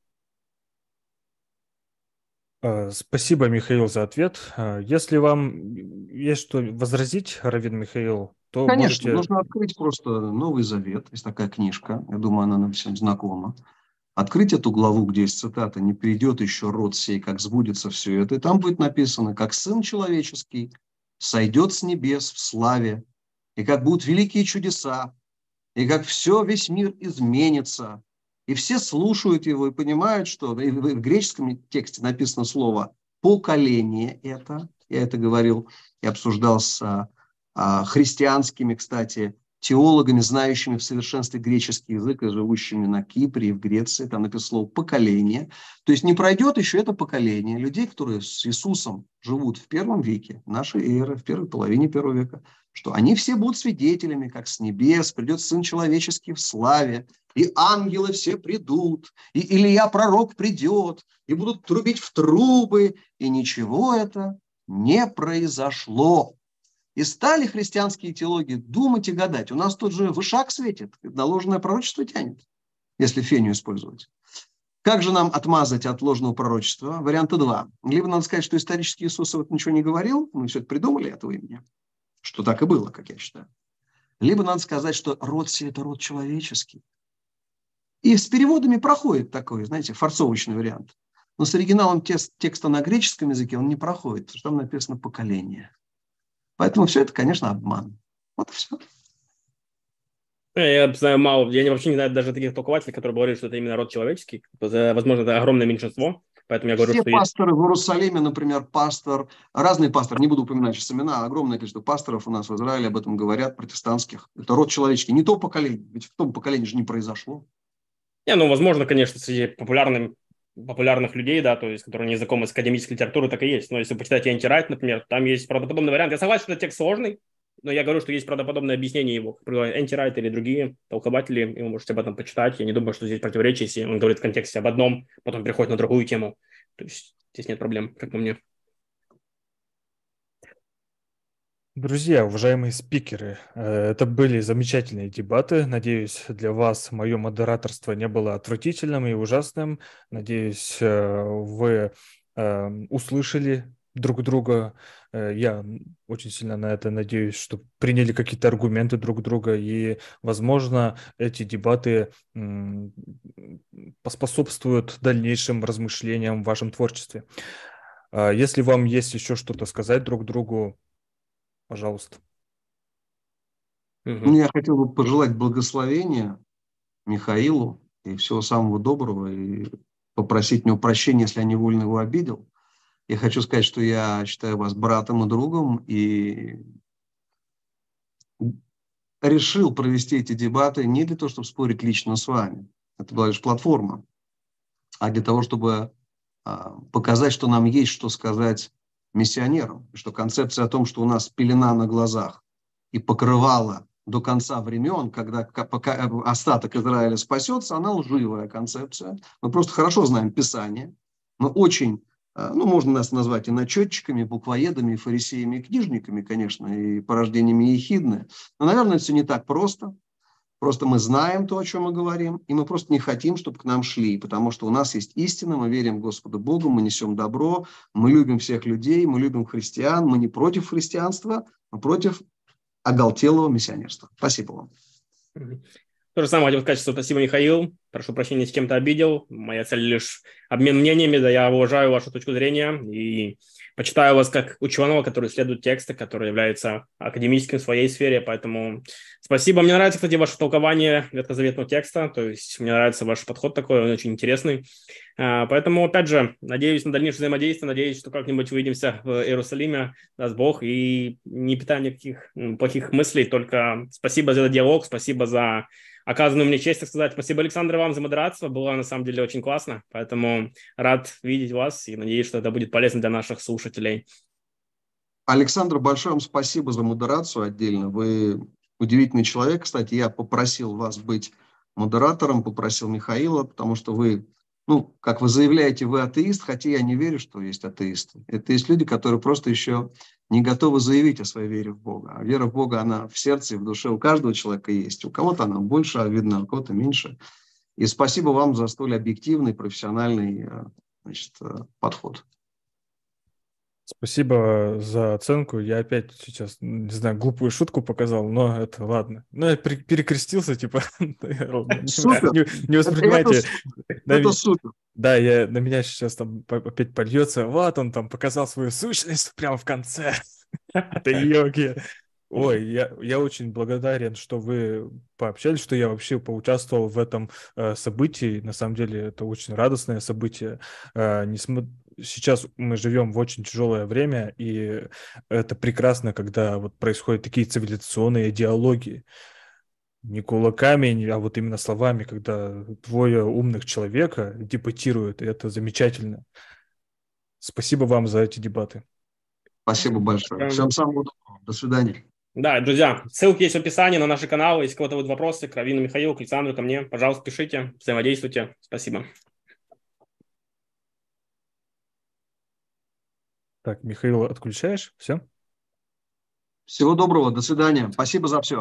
Спасибо, Михаил, за ответ. Если вам есть что возразить, раввин Михаил, то Конечно, можете... нужно открыть просто Новый Завет. Есть такая книжка, я думаю, она нам всем знакома. Открыть эту главу, где есть цитата «Не придет еще род сей, как сбудется все это». И там будет написано, как Сын Человеческий сойдет с небес в славе, и как будут великие чудеса, и как все, весь мир изменится. И все слушают его и понимают, что в греческом тексте написано слово «поколение» это. Я это говорил и обсуждал с а, христианскими, кстати, теологами, знающими в совершенстве греческий язык и живущими на Кипре и в Греции. Там написано слово «поколение». То есть не пройдет еще это поколение людей, которые с Иисусом живут в первом веке нашей эры, в первой половине первого века, что они все будут свидетелями, как с небес придет Сын Человеческий в славе, и ангелы все придут, и Илья пророк придет, и будут трубить в трубы, и ничего это не произошло. И стали христианские теологи думать и гадать. У нас тут же вышаг светит, наложенное пророчество тянет, если феню использовать. Как же нам отмазать от ложного пророчества? Варианта два. Либо надо сказать, что исторически Иисус вот ничего не говорил, мы все это придумали, этого имени, что так и было, как я считаю. Либо надо сказать, что род сей – это род человеческий. И с переводами проходит такой, знаете, форцовочный вариант. Но с оригиналом текста на греческом языке он не проходит, потому что там написано «поколение». Поэтому все это, конечно, обман. Вот и все. Я знаю мало, я вообще не знаю даже таких толкователей, которые говорят, что это именно род человеческий. Возможно, это огромное меньшинство. Поэтому я говорю, все что пасторы есть... в Иерусалиме, например, пастор, разные пасторы, не буду упоминать сейчас имена, огромное количество пасторов у нас в Израиле об этом говорят, протестантских. Это род человеческий, не то поколение, ведь в том поколении же не произошло. Не, ну, возможно, конечно, среди популярных, популярных людей, да, то есть, которые не знакомы с академической литературой, так и есть. Но если вы почитаете «Антирайт», например, там есть правдоподобный вариант. Я согласен, что это текст сложный, но я говорю, что есть правдоподобное объяснение его. «Антирайт» или другие толкователи, и вы можете об этом почитать. Я не думаю, что здесь противоречие, если он говорит в контексте об одном, потом переходит на другую тему. То есть здесь нет проблем, как по мне. Друзья, уважаемые спикеры, это были замечательные дебаты. Надеюсь, для вас мое модераторство не было отвратительным и ужасным. Надеюсь, вы услышали друг друга. Я очень сильно на это надеюсь, что приняли какие-то аргументы друг друга, и, возможно, эти дебаты поспособствуют дальнейшим размышлениям в вашем творчестве. Если вам есть еще что-то сказать друг другу, пожалуйста. Ну, я хотел бы пожелать благословения Михаилу и всего самого доброго, и попросить у него прощения, если я невольно его обидел. Я хочу сказать, что я считаю вас братом и другом, и решил провести эти дебаты не для того, чтобы спорить лично с вами. Это была лишь платформа, а для того, чтобы а, показать, что нам есть что сказать миссионерам, что концепция о том, что у нас пелена на глазах и покрывало до конца времен, когда пока остаток Израиля спасется, она лживая концепция. Мы просто хорошо знаем Писание. Мы очень, ну, можно нас назвать и начетчиками, буквоедами, и фарисеями, и книжниками, конечно, и порождениями ехидны. Но, наверное, это все не так просто. Просто мы знаем то, о чем мы говорим, и мы просто не хотим, чтобы к нам шли, потому что у нас есть истина, мы верим в Господа Бога, мы несем добро, мы любим всех людей, мы любим христиан, мы не против христианства, мы против оголтелого миссионерства. Спасибо вам. То же самое хотел сказать, что спасибо, Михаил. Прошу прощения, если чем-то обидел. Моя цель лишь обмен мнениями, да, я уважаю вашу точку зрения и почитаю вас как ученого, который исследует тексты, который является академическим в своей сфере, поэтому спасибо. Мне нравится, кстати, ваше толкование ветхозаветного текста, то есть мне нравится ваш подход такой, он очень интересный. Поэтому, опять же, надеюсь на дальнейшее взаимодействие, надеюсь, что как-нибудь увидимся в Иерусалиме, даст Бог, и не питаю никаких плохих мыслей, только спасибо за этот диалог, спасибо за оказанную мне честь, так сказать. Спасибо, Александр. благодарю вам за модерацию. Было на самом деле очень классно. Поэтому рад видеть вас и надеюсь, что это будет полезно для наших слушателей. Александр, большое вам спасибо за модерацию отдельно. Вы удивительный человек. Кстати, я попросил вас быть модератором, попросил Михаила, потому что вы, ну, как вы заявляете, вы атеист, хотя я не верю, что есть атеисты. Это есть люди, которые просто еще не готовы заявить о своей вере в Бога. А вера в Бога, она в сердце и в душе у каждого человека есть. У кого-то она больше видна, у кого-то меньше. И спасибо вам за столь объективный, профессиональный, значит, подход. Спасибо за оценку. Я опять сейчас, не знаю, глупую шутку показал, но это ладно. Ну, я перекрестился, типа, не воспринимайте. Это супер. Да, я, на меня сейчас там опять польется. Вот он там показал свою сущность прямо в конце этой йоги. Ой, я, я очень благодарен, что вы пообщались, что я вообще поучаствовал в этом э, событии. На самом деле это очень радостное событие. Э, несмотря... Сейчас мы живем в очень тяжелое время, и это прекрасно, когда вот происходят такие цивилизационные диалоги. Не кулаками, а вот именно словами, когда двое умных человека дебатируют, и это замечательно. Спасибо вам за эти дебаты. Спасибо большое. Всем самого доброго. До свидания. Да, друзья, ссылки есть в описании на наши каналы. Если у кого-то будут вопросы к Раввину Михаилу, к Александру, ко мне, пожалуйста, пишите, взаимодействуйте. Спасибо. Так, Михаил, отключаешь? Все? Всего доброго. До свидания. Спасибо за все.